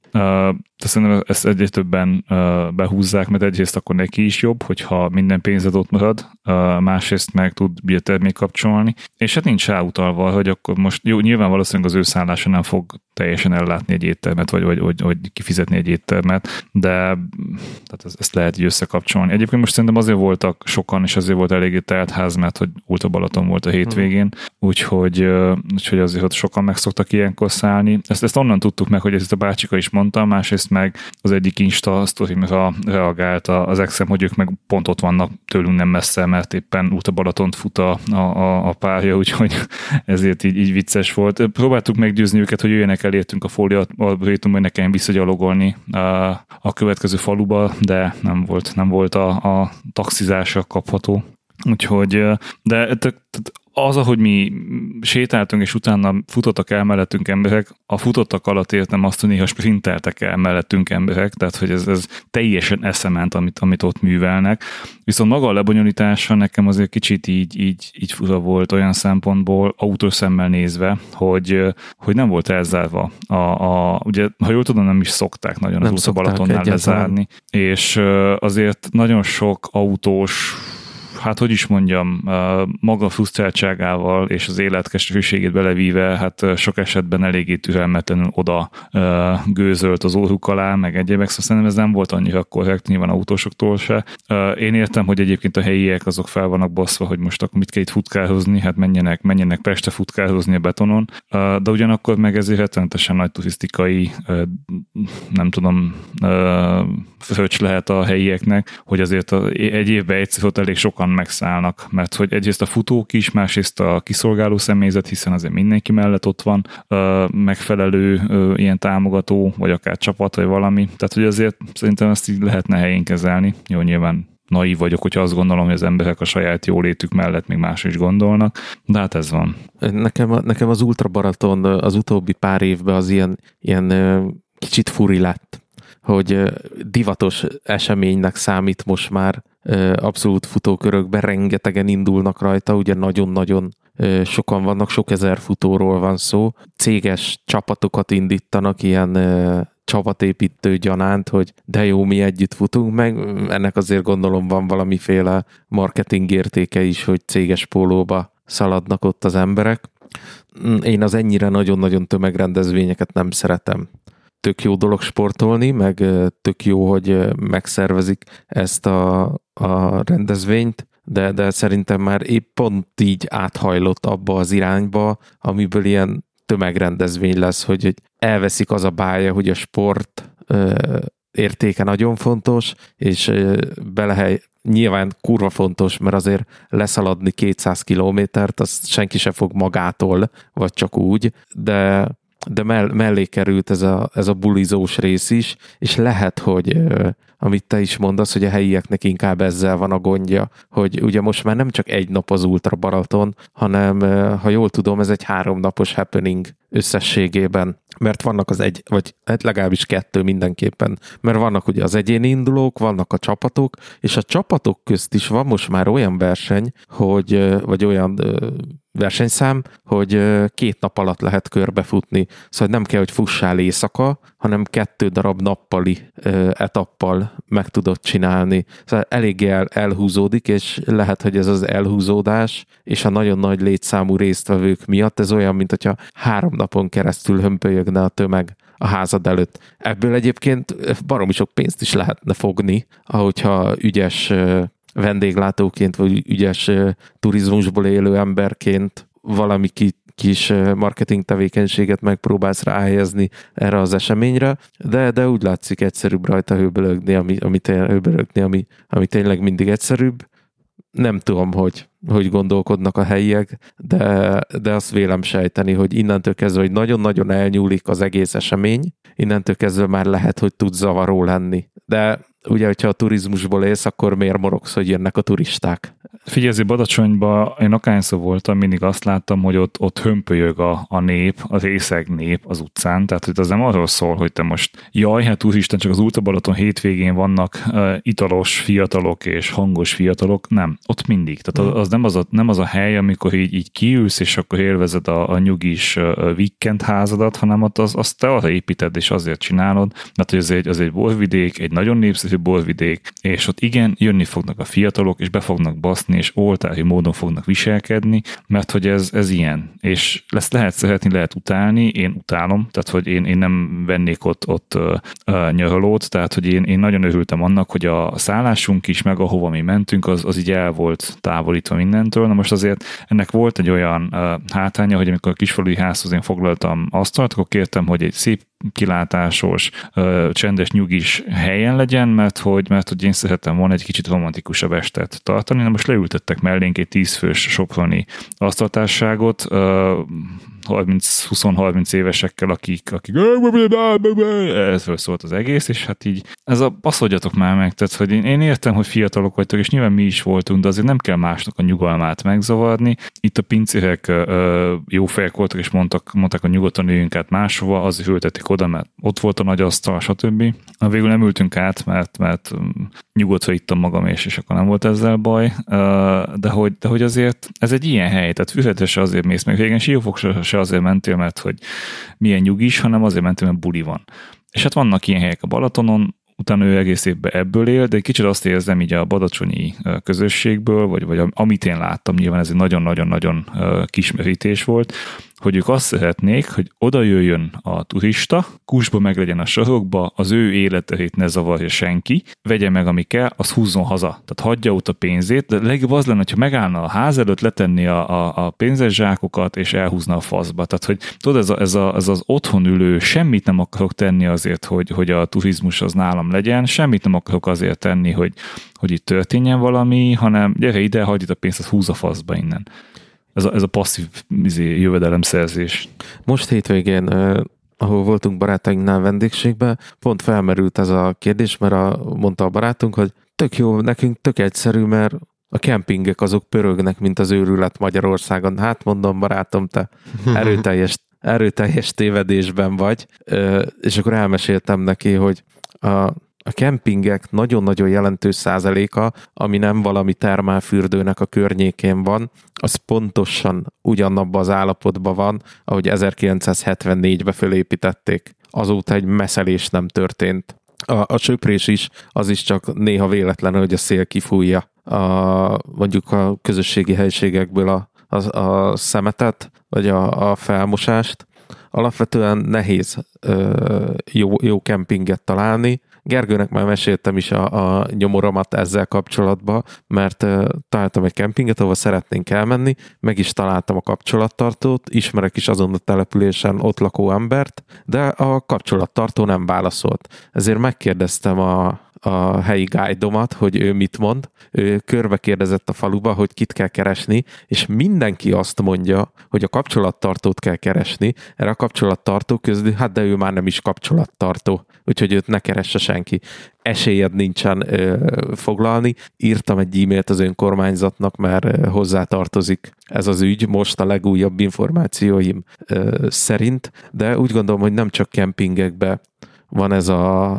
De szerintem ezt egyre többen behúzzák, mert egyrészt akkor neki is jobb, hogyha minden pénzed ott marad, másrészt meg tud biotermék kapcsolni, és hát nincs ráutalva, hogy akkor most jó, nyilván valószínűleg az ő szállása nem fog teljesen ellátni egy éttermet, vagy kifizetni egy éttermet, de tehát ezt lehet így összekapcsolni. Egyébként most szerintem azért voltak sokan, és azért volt eléggé telt ház, mert hogy Ultra Balaton volt a hétvégén, úgyhogy azért ott sokan meg szoktak ilyenkor szállni. Ezt onnan tudtuk meg, hogy ezt a bácsika is mondta, másrészt meg az egyik Insta sztorimra reagált az exem, hogy ők meg pont ott vannak tőlünk nem messze, mert éppen Ultra Balatont fut a párja, úgyhogy ezért így vicces volt. Próbáltuk meggyőzni őket, hogy jöjjenek el értünk a Fólia Arborétumba, hogy nekem visszagyalogolni a következő faluba, de nem volt a taxizásra kapható. Úgyhogy, de az, ahogy mi sétáltunk, és utána futottak el mellettünk emberek, a futottak alatt értem azt, hogy néha sprinteltek el mellettünk emberek, tehát hogy ez teljesen eszement, amit ott művelnek. Viszont maga a lebonyolítása nekem azért kicsit így fura volt olyan szempontból, autószemmel nézve, hogy nem volt elzárva. Ugye, ha jól tudom, nem is szokták nagyon az Újta Balatonnál lezárni, és azért nagyon sok autós, hát hogy is mondjam, maga frusztráltságával és az életkeserűségét belevíve, hát sok esetben eléggé türelmetlenül oda gőzölt az orruk alá, meg egyébek, szóval szerintem ez nem volt annyira korrekt, nyilván autósoktól se. Én értem, hogy egyébként a helyiek azok fel vannak baszva, hogy most akkor mit kell itt futkározni, hát menjenek Pestre futkározni a betonon, de ugyanakkor meg ezért rettenetesen nagy turisztikai, nem tudom, fröccs lehet a helyieknek, hogy azért egy évben egyszer ott elég sokan megszállnak, mert hogy egyrészt a futók is, másrészt a kiszolgáló személyzet, hiszen azért mindenki mellett ott van megfelelő ilyen támogató, vagy akár csapat, vagy valami. Tehát, hogy azért szerintem ezt így lehetne helyén kezelni. Jó, nyilván naív vagyok, hogyha azt gondolom, hogy az emberek a saját jólétük mellett még más is gondolnak, de hát ez van. Nekem az Ultra Balaton az utóbbi pár évben az ilyen kicsit furi lett, hogy divatos eseménynek számít most már abszolút futókörökben, rengetegen indulnak rajta, ugye nagyon-nagyon sokan vannak, sok ezer futóról van szó. Céges csapatokat indítanak ilyen csapatépítő gyanánt, hogy de jó, mi együtt futunk meg. Ennek azért gondolom van valamiféle marketing értéke is, hogy céges pólóba szaladnak ott az emberek. Én az ennyire nagyon-nagyon tömegrendezvényeket nem szeretem. Tök jó dolog sportolni, meg tök jó, hogy megszervezik ezt a rendezvényt, de szerintem már épp pont így áthajlott abba az irányba, amiből ilyen tömegrendezvény lesz, hogy elveszik az a bája, hogy a sport értéke nagyon fontos, és belehely nyilván kurva fontos, mert azért leszaladni 200 kilométert, azt senki se fog magától, vagy csak úgy, de mellé került ez a bulizós rész is, és lehet, hogy amit te is mondasz, hogy a helyieknek inkább ezzel van a gondja, hogy ugye most már nem csak egy nap az Ultra Balaton, hanem, ha jól tudom, ez egy 3 napos happening összességében, mert vannak vagy legalábbis 2 mindenképpen, mert vannak ugye az egyéni indulók, vannak a csapatok, és a csapatok közt is van most már olyan verseny, vagy olyan versenyszám, hogy 2 nap alatt lehet körbefutni. Szóval nem kell, hogy fussál éjszaka, hanem 2 darab nappali etappal meg tudod csinálni. Szóval eléggé elhúzódik, és lehet, hogy ez az elhúzódás és a nagyon nagy létszámú résztvevők miatt ez olyan, mint hogyha 3 napon keresztül hömpölyegne a tömeg a házad előtt. Ebből egyébként baromi sok pénzt is lehetne fogni, ahogyha ügyes vendéglátóként, vagy ügyes turizmusból élő emberként valami kis marketing tevékenységet megpróbálsz ráhelyezni erre az eseményre, de úgy látszik egyszerűbb rajta hőbölögni, ami tényleg mindig egyszerűbb. Nem tudom, hogy gondolkodnak a helyiek, de azt vélem sejteni, hogy innentől kezdve, hogy nagyon-nagyon elnyúlik az egész esemény, innentől kezdve már lehet, hogy tud zavaró lenni. De ugye, hogyha a turizmusból élsz, akkor miért morogsz, hogy jönnek a turisták? Figyelj, Badacsonyban én akárszor voltam, mindig azt láttam, hogy ott hömpölyög a nép, a részeg nép az utcán, tehát hogy az nem arról szól, hogy te most jaj, hát úristen, csak az Ultra Balaton hétvégén vannak italos fiatalok és hangos fiatalok, nem, ott mindig. Tehát az nem az a hely, amikor így kiülsz, és akkor élvezed a nyugis weekend házadat, hanem ott azt te arra építed, és azért csinálod, mert hogy az egy borvidék, egy nagyon népszerű borvidék, és ott igen, jönni fognak a fiatalok, és be fognak baszni, és oltári módon fognak viselkedni, mert hogy ez ilyen. És ezt lehet szeretni, lehet utálni, én utálom, tehát hogy én nem vennék ott nyaralót, tehát hogy én nagyon örültem annak, hogy a szállásunk is, meg ahova mi mentünk, az így el volt távolítva mindentől. Na most azért ennek volt egy olyan hátránya, hogy amikor a kisfalui házhoz én foglaltam asztalt, akkor kértem, hogy egy szép kilátásos, csendes, nyugis helyen legyen, mert hogy én szeretem volna egy kicsit romantikusabb estet tartani. Na most leültettek mellénk egy 10 fős soproni asztaltárságot, 20-30 évesekkel, akik ezről szólt az egész, és hát így baszodjatok már meg, tehát hogy én értem, hogy fiatalok vagytok, és nyilván mi is voltunk, de azért nem kell másnak a nyugalmát megzavarni. Itt a pincérek jó fejek voltak, és mondták, hogy nyugodtan üljünk át máshova, azért ültették oda, mert ott volt a nagy asztal, stb. Végül nem ültünk át, mert nyugodtan ittam magam, és akkor nem volt ezzel baj, de hogy azért ez egy ilyen hely, tehát Fürdőre se azért mész meg, régen Siófokra se azért mentél, mert hogy milyen nyugis, hanem azért mentél, mert buli van. És hát vannak ilyen helyek a Balatonon, utána ő egész évben ebből él, de egy kicsit azt érzem így a badacsonyi közösségből, vagy amit én láttam, nyilván ez egy nagyon-nagyon-nagyon kismerítés volt, hogy ők azt szeretnék, hogy oda jöjjön a turista, kusba meg legyen a sarokba, az ő életét ne zavarja senki, vegye meg, ami kell, az húzzon haza. Tehát hagyja ott a pénzét, de legjobb az lenne, hogyha megállna a ház előtt, letenni a pénzes zsákokat, és elhúzna a faszba. Tehát, hogy tudod, ez az otthon ülő, semmit nem akarok tenni azért, hogy a turizmus az nálam legyen, semmit nem akarok azért tenni, hogy itt történjen valami, hanem gyere ide, hagyd itt a pénzt, az húz a faszba innen. Ez a passzív jövedelemszerzés. Most hétvégén, ahol voltunk barátainknál vendégségben, pont felmerült ez a kérdés, mert mondta a barátunk, hogy tök jó, nekünk tök egyszerű, mert a kempingek azok pörögnek, mint az őrület Magyarországon. Hát mondom, barátom, te erőteljes tévedésben vagy. És akkor elmeséltem neki, hogy a kempingek nagyon-nagyon jelentős százaléka, ami nem valami termálfürdőnek a környékén van, az pontosan ugyanabban az állapotban van, ahogy 1974-ben fölépítették. Azóta egy meszelés nem történt. A söprés is, az is csak néha véletlen, hogy a szél kifújja mondjuk a közösségi helységekből a szemetet, vagy a felmosást. Alapvetően nehéz jó kempinget találni. Gergőnek már meséltem is a nyomoromat ezzel kapcsolatban, mert találtam egy kempinget, ahol szeretnénk elmenni, meg is találtam a kapcsolattartót, ismerek is azon a településen ott lakó embert, de a kapcsolattartó nem válaszolt. Ezért megkérdeztem a helyi guide-omat, hogy ő mit mond. Ő körbe kérdezett a faluba, hogy kit kell keresni, és mindenki azt mondja, hogy a kapcsolattartót kell keresni. Erre a kapcsolattartó közül, hát de ő már nem is kapcsolattartó, úgyhogy őt ne keresse senki. Esélyed nincsen foglalni. Írtam egy e-mailt az önkormányzatnak, mert hozzátartozik ez az ügy, most a legújabb információim szerint, de úgy gondolom, hogy nem csak kempingekbe van ez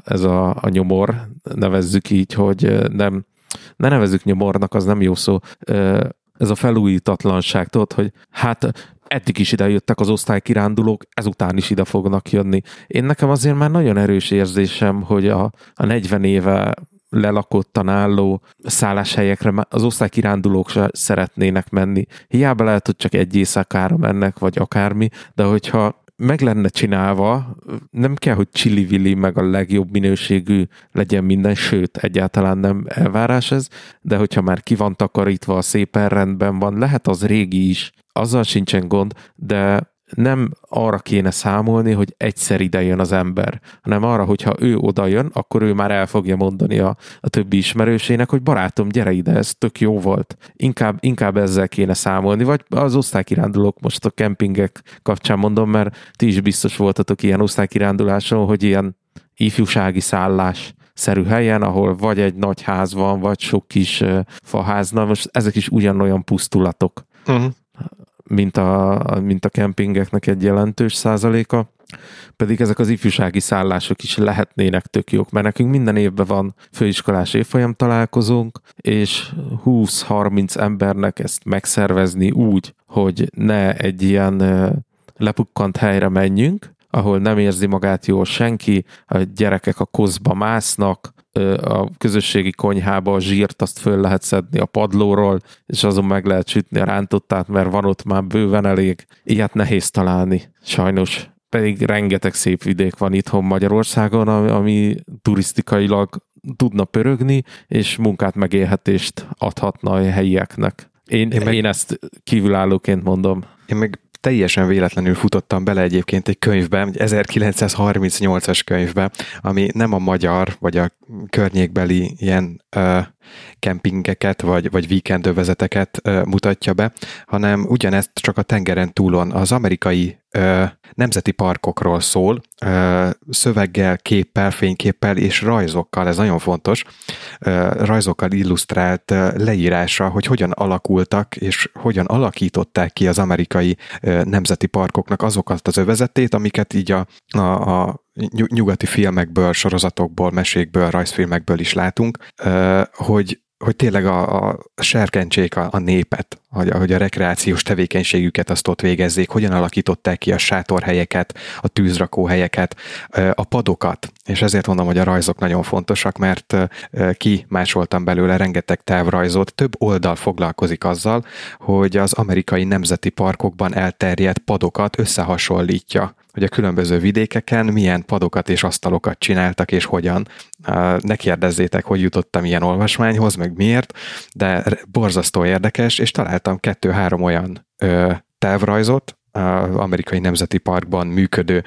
a nyomor, nevezzük így, hogy ne nevezzük nyomornak, az nem jó szó, ez a felújítatlanság, tudod, hogy hát eddig is ide jöttek az osztálykirándulók, ezután is ide fognak jönni. Én nekem azért már nagyon erős érzésem, hogy a 40 éve lelakottan álló szálláshelyekre az osztálykirándulók se szeretnének menni. Hiába lehet, hogy csak egy éjszakára mennek, vagy akármi, de hogyha meg lenne csinálva, nem kell, hogy csili-vili, meg a legjobb minőségű legyen minden, sőt, egyáltalán nem elvárás ez, de hogyha már ki van takarítva, szépen rendben van, lehet az régi is, azzal sincsen gond, de nem arra kéne számolni, hogy egyszer ide jön az ember, hanem arra, hogyha ő oda jön, akkor ő már el fogja mondani a többi ismerősének, hogy barátom, gyere ide, ez tök jó volt. Inkább ezzel kéne számolni, vagy az osztálykirándulók, most a kempingek kapcsán mondom, mert ti is biztos voltatok ilyen osztálykiránduláson, hogy ilyen ifjúsági szállás szerű helyen, ahol vagy egy nagy ház van, vagy sok kis faház, na most ezek is ugyanolyan pusztulatok. Mint a kempingeknek egy jelentős százaléka, pedig ezek az ifjúsági szállások is lehetnének tök jók, mert nekünk minden évben van főiskolás évfolyam találkozónk, és 20-30 embernek ezt megszervezni úgy, hogy ne egy ilyen lepukkant helyre menjünk, ahol nem érzi magát jól senki, a gyerekek a koszba másznak, a közösségi konyhába a zsírt azt föl lehet szedni a padlóról, és azon meg lehet sütni a rántottát, mert van ott már bőven elég. Ilyet nehéz találni, sajnos. Pedig rengeteg szép vidék van itthon Magyarországon, ami turisztikailag tudna pörögni, és munkát megélhetést adhatna a helyieknek. Én ezt kívülállóként mondom. Én meg teljesen véletlenül futottam bele egyébként egy könyvbe, egy 1938-as könyvbe, ami nem a magyar, vagy a környékbeli ilyen kempingeket, vagy víkendövezeteket mutatja be, hanem ugyanezt csak a tengeren túlon az amerikai nemzeti parkokról szól, szöveggel, képpel, fényképpel és rajzokkal, ez nagyon fontos, rajzokkal illusztrált leírása, hogy hogyan alakultak és hogyan alakították ki az amerikai nemzeti parkoknak azokat az övezetét, amiket így a nyugati filmekből, sorozatokból, mesékből, rajzfilmekből is látunk, hogy tényleg a serkentsék a népet, hogy a rekreációs tevékenységüket azt ott végezzék, hogyan alakították ki a sátorhelyeket, a tűzrakóhelyeket, a padokat, és ezért mondom, hogy a rajzok nagyon fontosak, mert kimásoltam belőle rengeteg távrajzot, több oldal foglalkozik azzal, hogy az amerikai nemzeti parkokban elterjedt padokat összehasonlítja, hogy a különböző vidékeken milyen padokat és asztalokat csináltak, és hogyan. Ne kérdezzétek, hogy jutottam ilyen olvasmányhoz, meg miért, de borzasztó érdekes, és találtam 2-3 olyan távrajzot, amerikai nemzeti parkban működő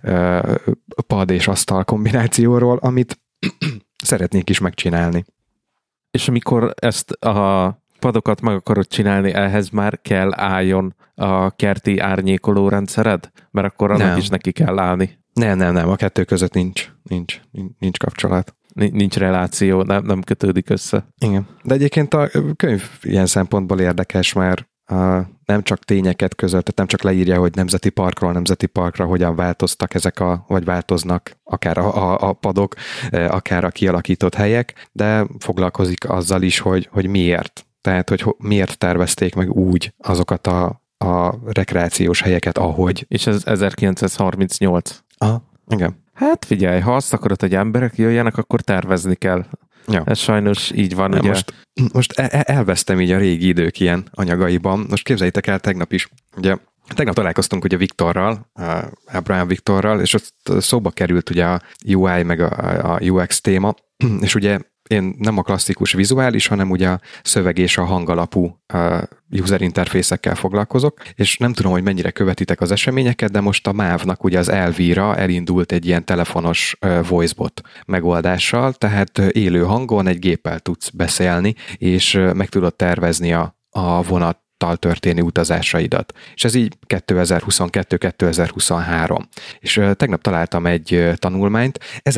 pad és asztal kombinációról, amit szeretnék is megcsinálni. És amikor ezt a padokat meg akarod csinálni, ehhez már kell álljon a kerti árnyékoló rendszered? Mert akkor annak is neki kell állni. Nem, a kettő között nincs kapcsolat. Nincs reláció, nem kötődik össze. Igen. De egyébként a könyv ilyen szempontból érdekes, mert nem csak tényeket között, tehát nem csak leírja, hogy nemzeti parkról nemzeti parkra hogyan változtak ezek vagy változnak akár a padok, akár a kialakított helyek, de foglalkozik azzal is, hogy miért. Tehát, hogy miért tervezték meg úgy azokat a rekreációs helyeket, ahogy. És ez 1938. Aha, igen. Hát figyelj, ha azt akarod, hogy emberek jöjjenek, akkor tervezni kell. Ja. Ez sajnos így van, ugye? Most elvesztem így a régi idők ilyen anyagaiban. Most képzeljétek el, tegnap találkoztunk ugye Viktorral, Abraham Viktorral, és ott szóba került ugye a UI meg a UX téma, és ugye én nem a klasszikus vizuális, hanem ugye a szöveg és a hangalapú user interfészekkel foglalkozok, és nem tudom, hogy mennyire követitek az eseményeket, de most a MÁV-nak ugye az Elvira elindult egy ilyen telefonos voicebot megoldással, tehát élő hangon egy géppel tudsz beszélni, és meg tudod tervezni a vonat történő utazásaidat. És ez így 2022-2023. És tegnap találtam egy tanulmányt,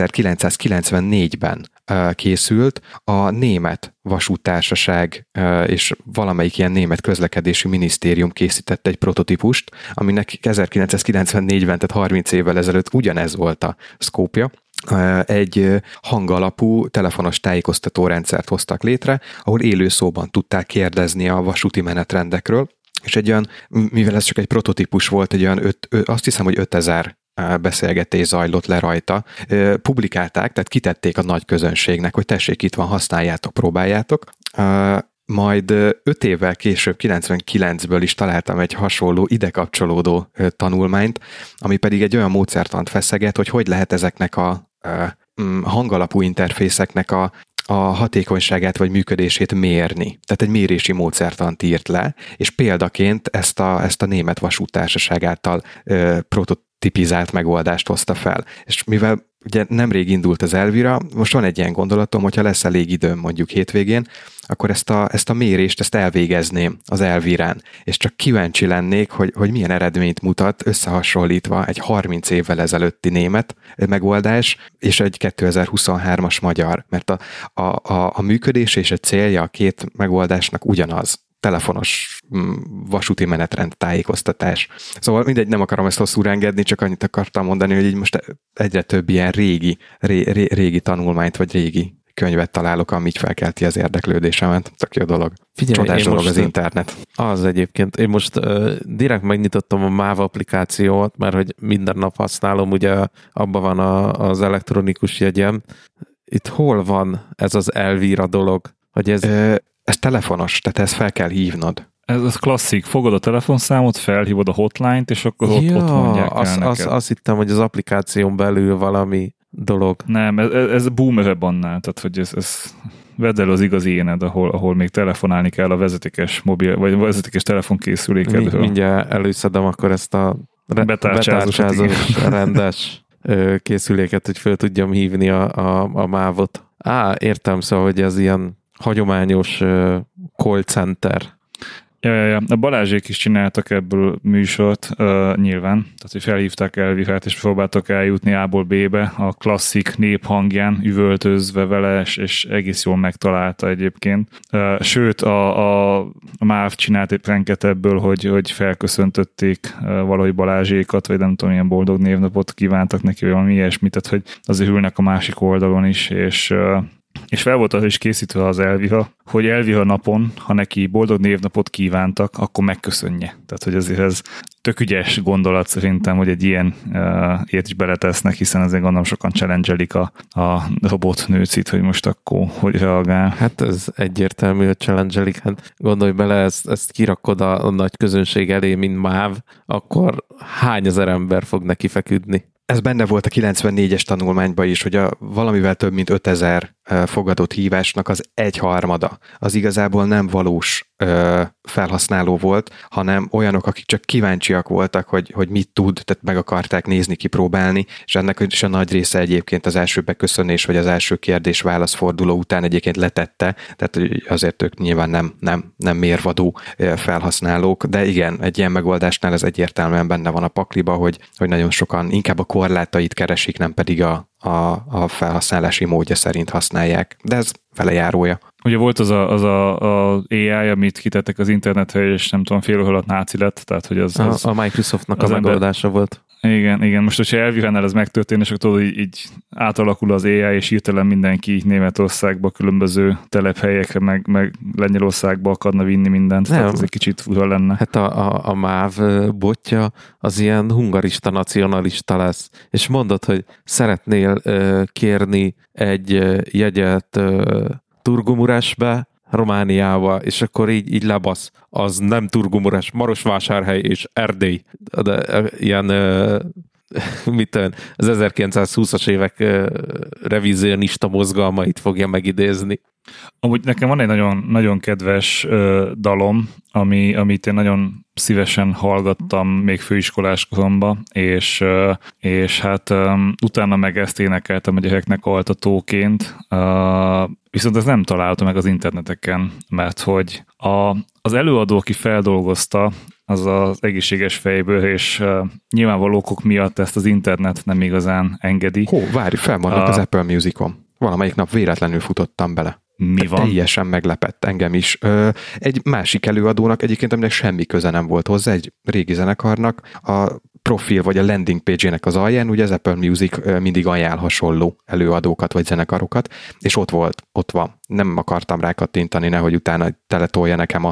1994-ben készült, a Német Vasúttársaság és valamelyik ilyen német közlekedési minisztérium készített egy prototípust, aminek 1994-ben, tehát 30 évvel ezelőtt ugyanez volt a szkópja. Egy hangalapú telefonos tájékoztatórendszert hoztak létre, ahol élő szóban tudták kérdezni a vasúti menetrendekről, és egy olyan, mivel ez csak egy prototípus volt, egy olyan azt hiszem, hogy 5000 beszélgetés zajlott le rajta, publikálták, tehát kitették a nagy közönségnek, hogy tessék, itt van, használjátok, próbáljátok. Majd 5 évvel később, 99-ből is találtam egy hasonló, ide kapcsolódó tanulmányt, ami pedig egy olyan módszertant feszeget, hogy lehet ezeknek a hangalapú interfészeknek a hatékonyságát vagy működését mérni. Tehát egy mérési módszertant írt le, és példaként ezt a Német Vasúttársaság által prototipizált megoldást hozta fel. És mivel ugye nemrég indult az Elvira, most van egy ilyen gondolatom, hogyha lesz elég időm mondjuk hétvégén, akkor ezt a mérést elvégezném az Elvirán, és csak kíváncsi lennék, hogy milyen eredményt mutat összehasonlítva egy 30 évvel ezelőtti német megoldás és egy 2023-as magyar, mert a működés és a célja a két megoldásnak ugyanaz. Telefonos vasúti menetrend tájékoztatás. Szóval mindegy, nem akarom ezt hosszúra engedni, csak annyit akartam mondani, hogy így most egyre több ilyen régi tanulmányt, vagy régi könyvet találok, ami így felkelti az érdeklődésemet. Tök jó dolog. Figyelj, csodás dolog az internet. Az egyébként. Én most direkt megnyitottam a MÁV applikációt, mert hogy minden nap használom, ugye abban van az elektronikus jegyem. Itt hol van ez az Elvira dolog? Hogy ez telefonos, tehát ezt fel kell hívnod. Ez klasszik. Fogod a telefonszámot, felhívod a hotline-t, és akkor ott mondják el neked. Azt hittem, hogy az applikáción belül valami dolog. Nem, ez boomerebb annál, tehát hogy ez vedd el az igazi éned, ahol még telefonálni kell a vezetékes mobil, vagy vezetékes telefonkészülékedről. Mindjárt előszedem akkor ezt a betárcsázós rendes készüléket, hogy föl tudjam hívni a mávot. Értem, szóval, hogy ez ilyen hagyományos call center. Ja. A Balázsék is csináltak ebből műsort, nyilván. Tehát, hogy felhívták Elvihát, és próbáltak eljutni A-ból B-be a klasszik néphangján, üvöltözve vele, és egész jól megtalálta egyébként. Sőt, a MÁV csinált egy pranket ebből, hogy felköszöntötték valahogy Balázsékat, vagy nem tudom, milyen boldog névnapot kívántak neki, vagy valami ilyesmit, tehát, hogy azért ülnek a másik oldalon is, és fel volt az is készítve az Elviha, hogy Elviha napon, ha neki boldog névnapot kívántak, akkor megköszönje. Tehát, hogy azért ez tök ügyes gondolat szerintem, hogy egy ilyen ért is beletesznek, hiszen azért gondolom sokan challenge-elik a robotnőcit, hogy most akkor hogy reagál. Hát ez egyértelmű, hogy challenge-elik. Hát gondolj bele, ezt kirakod a nagy közönség elé, mint MÁV, akkor hány ezer ember fog neki feküdni? Ez benne volt a 94-es tanulmányban is, hogy valamivel több mint 5000 fogadott hívásnak az 1/3 az igazából nem valós felhasználó volt, hanem olyanok, akik csak kíváncsiak voltak, hogy mit tud, tehát meg akarták nézni, kipróbálni, és ennek is a nagy része egyébként az első beköszönés, vagy az első kérdés-válasz forduló után egyébként letette, tehát azért ők nyilván nem mérvadó felhasználók, de igen, egy ilyen megoldásnál ez egyértelműen benne van a pakliba, hogy nagyon sokan inkább a korlátait keresik, nem pedig a felhasználási módja szerint használják. De ez velejárója. Ugye volt az a AI, amit kitettek az internetre, és nem tudom, fél alatt náci lett, tehát hogy az a Microsoftnak a megoldása volt. Igen. Most, hogyha Elvihánál ez megtörtént, és akkor tudod, így átalakul az AI, és hirtelen mindenki Németországba, különböző telephelyekre, meg Lengyelországba akarna vinni mindent, tehát ez egy kicsit fura lenne. Hát a MÁV botja az ilyen hungarista, nacionalista lesz, és mondod, hogy szeretnél kérni egy jegyet Turgumurásbe, Romániába, és akkor így lebasz. Az nem Turgumurás, Marosvásárhely és Erdély. De ilyen mit tudom, az 1920-as évek revizionista mozgalmait fogja megidézni. Amúgy nekem van egy nagyon, nagyon kedves dalom, amit én nagyon szívesen hallgattam még főiskolás koromban, és hát utána meg ezt énekeltem a gyereknek altatóként, viszont ezt nem találtam meg az interneteken, mert hogy az előadó, aki feldolgozta, az az egészséges fejből, és nyilvánvaló okok miatt ezt az internet nem igazán engedi. Várj, fel vannak az Apple Musicon. Valamelyik nap véletlenül futottam bele. Mi van? Teljesen meglepett engem is. Egy másik előadónak egyébként, aminek semmi köze nem volt hozzá, egy régi zenekarnak, a profil vagy a landing page-ének az alján, ugye az Apple Music mindig ajánl hasonló előadókat vagy zenekarokat, és ott van. Nem akartam rá kattintani, nehogy utána teletolja nekem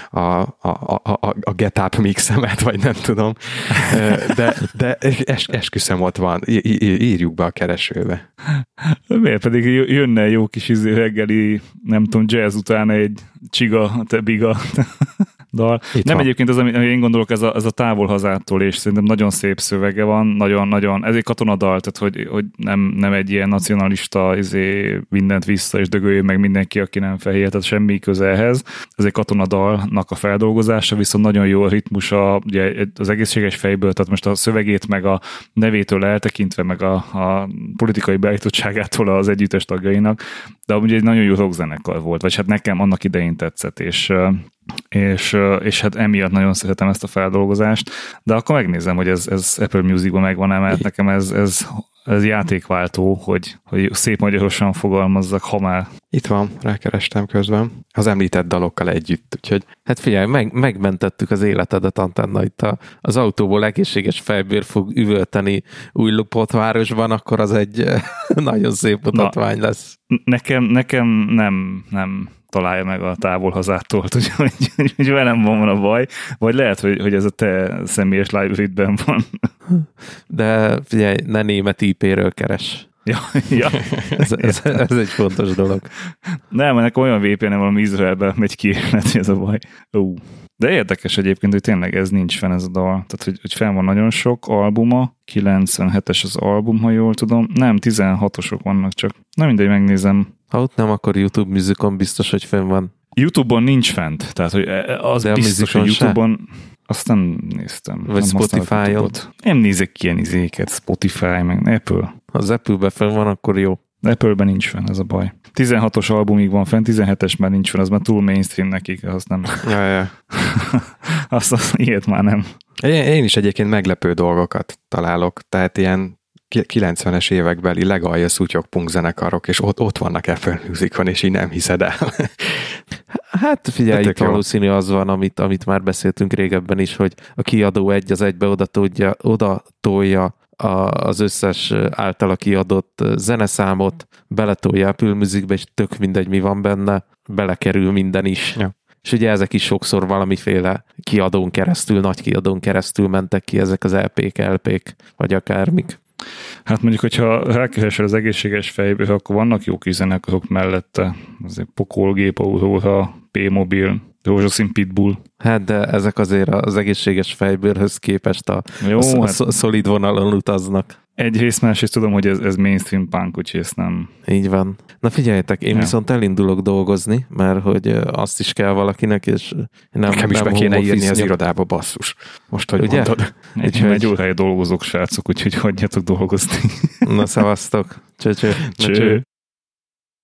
a Get Up mixemet, vagy nem tudom. De esküszöm, ott van. Írjuk be a keresőbe. Miért pedig jönne jó kis reggeli, nem tudom, jazz után egy csiga, te biga dal. Nem egyébként az, amit én gondolok, ez a Távol hazától, és szerintem nagyon szép szövege van, nagyon-nagyon, ez egy katonadal, tehát hogy nem egy ilyen nacionalista mindent vissza, és dögöljön meg mindenki, aki nem fehér, tehát semmi köze ehhez. Ez egy katonadalnak a feldolgozása, viszont nagyon jó a ritmusa, ugye az egészséges fejből, tehát most a szövegét meg a nevétől eltekintve, meg a politikai beállítottságától az együttes tagjainak, de ugye egy nagyon jó rockzenekar volt, vagy hát nekem annak idején tetszett, és hát emiatt nagyon szeretem ezt a feldolgozást, de akkor megnézem, hogy ez Apple Musicban megvan-e, mert nekem ez játékváltó, hogy szép magyarosan fogalmazzak, ha már. Itt van, rákerestem közben. Az említett dalokkal együtt, úgyhogy... Hát figyelj, megmentettük az életedet, Antenna, itt az autóból egészséges fejbér fog üvölteni Újlupótvárosban, akkor az egy nagyon szép mutatvány lesz. Nekem nem találja meg a távolhazától, hogy velem van a baj, vagy lehet, hogy ez a te személyes library-ben van. De figyelj, ne német IP-ről keres. Ja. ez egy fontos dolog. Nem, nekem olyan VPN-em valami Izraelben megy ki, lehet, hogy ez a baj. De érdekes egyébként, hogy tényleg ez nincs fenn ez a dal. Tehát, hogy fenn van nagyon sok albuma, 97-es az album, ha jól tudom. Nem, 16-osok vannak csak. Na mindegy, megnézem. Ha ott nem, akkor YouTube Musicon biztos, hogy fenn van. YouTube-on nincs fent. Tehát, hogy az de biztos, hogy YouTube-on... Azt nem néztem. Vagy Spotify-on. Nem nézek ilyen izéket, Spotify, meg Apple. Ha az Apple-ben fenn van, akkor jó. Apple-ben nincs fenn, ez a baj. 16-os albumig van fenn, 17-es már nincs fenn, az már túl mainstream nekik, azt nem. Ja. azt ilyet már nem. Én is egyébként meglepő dolgokat találok, tehát ilyen 90-es évekbeli legalja szutyok punk zenekarok, és ott vannak Apple Musicon, és így nem hiszed el. Hát figyelj, itt valószínű az van, amit már beszéltünk régebben is, hogy a kiadó egy az egybe oda tolja az összes általa kiadott zeneszámot, beletolja Apple Musicbe, és tök mindegy, mi van benne, belekerül minden is. Ja. És ugye ezek is sokszor valamiféle kiadón keresztül, nagy kiadón keresztül mentek ki ezek az LP-k, vagy akármik. Hát mondjuk, hogyha elkeresel az egészséges fejből, akkor vannak jó kis zenekarok mellette. Azért Pokolgép, Aurora, P-Mobil, Rózsaszín Pitbull. Hát de ezek azért az egészséges fejbőrhöz képest a szolid vonalon utaznak. Egyrészt, másrészt tudom, hogy ez mainstream punk, úgyhogy ezt nem... Így van. Na figyeljetek, én viszont elindulok dolgozni, mert hogy azt is kell valakinek, és nekem is be kéne írni az irodába, basszus. Most, hogy ugye? Mondod. Úgyhogy egy órája dolgozok, srácok, úgyhogy hagyjatok dolgozni. Na, szevasztok. Cső.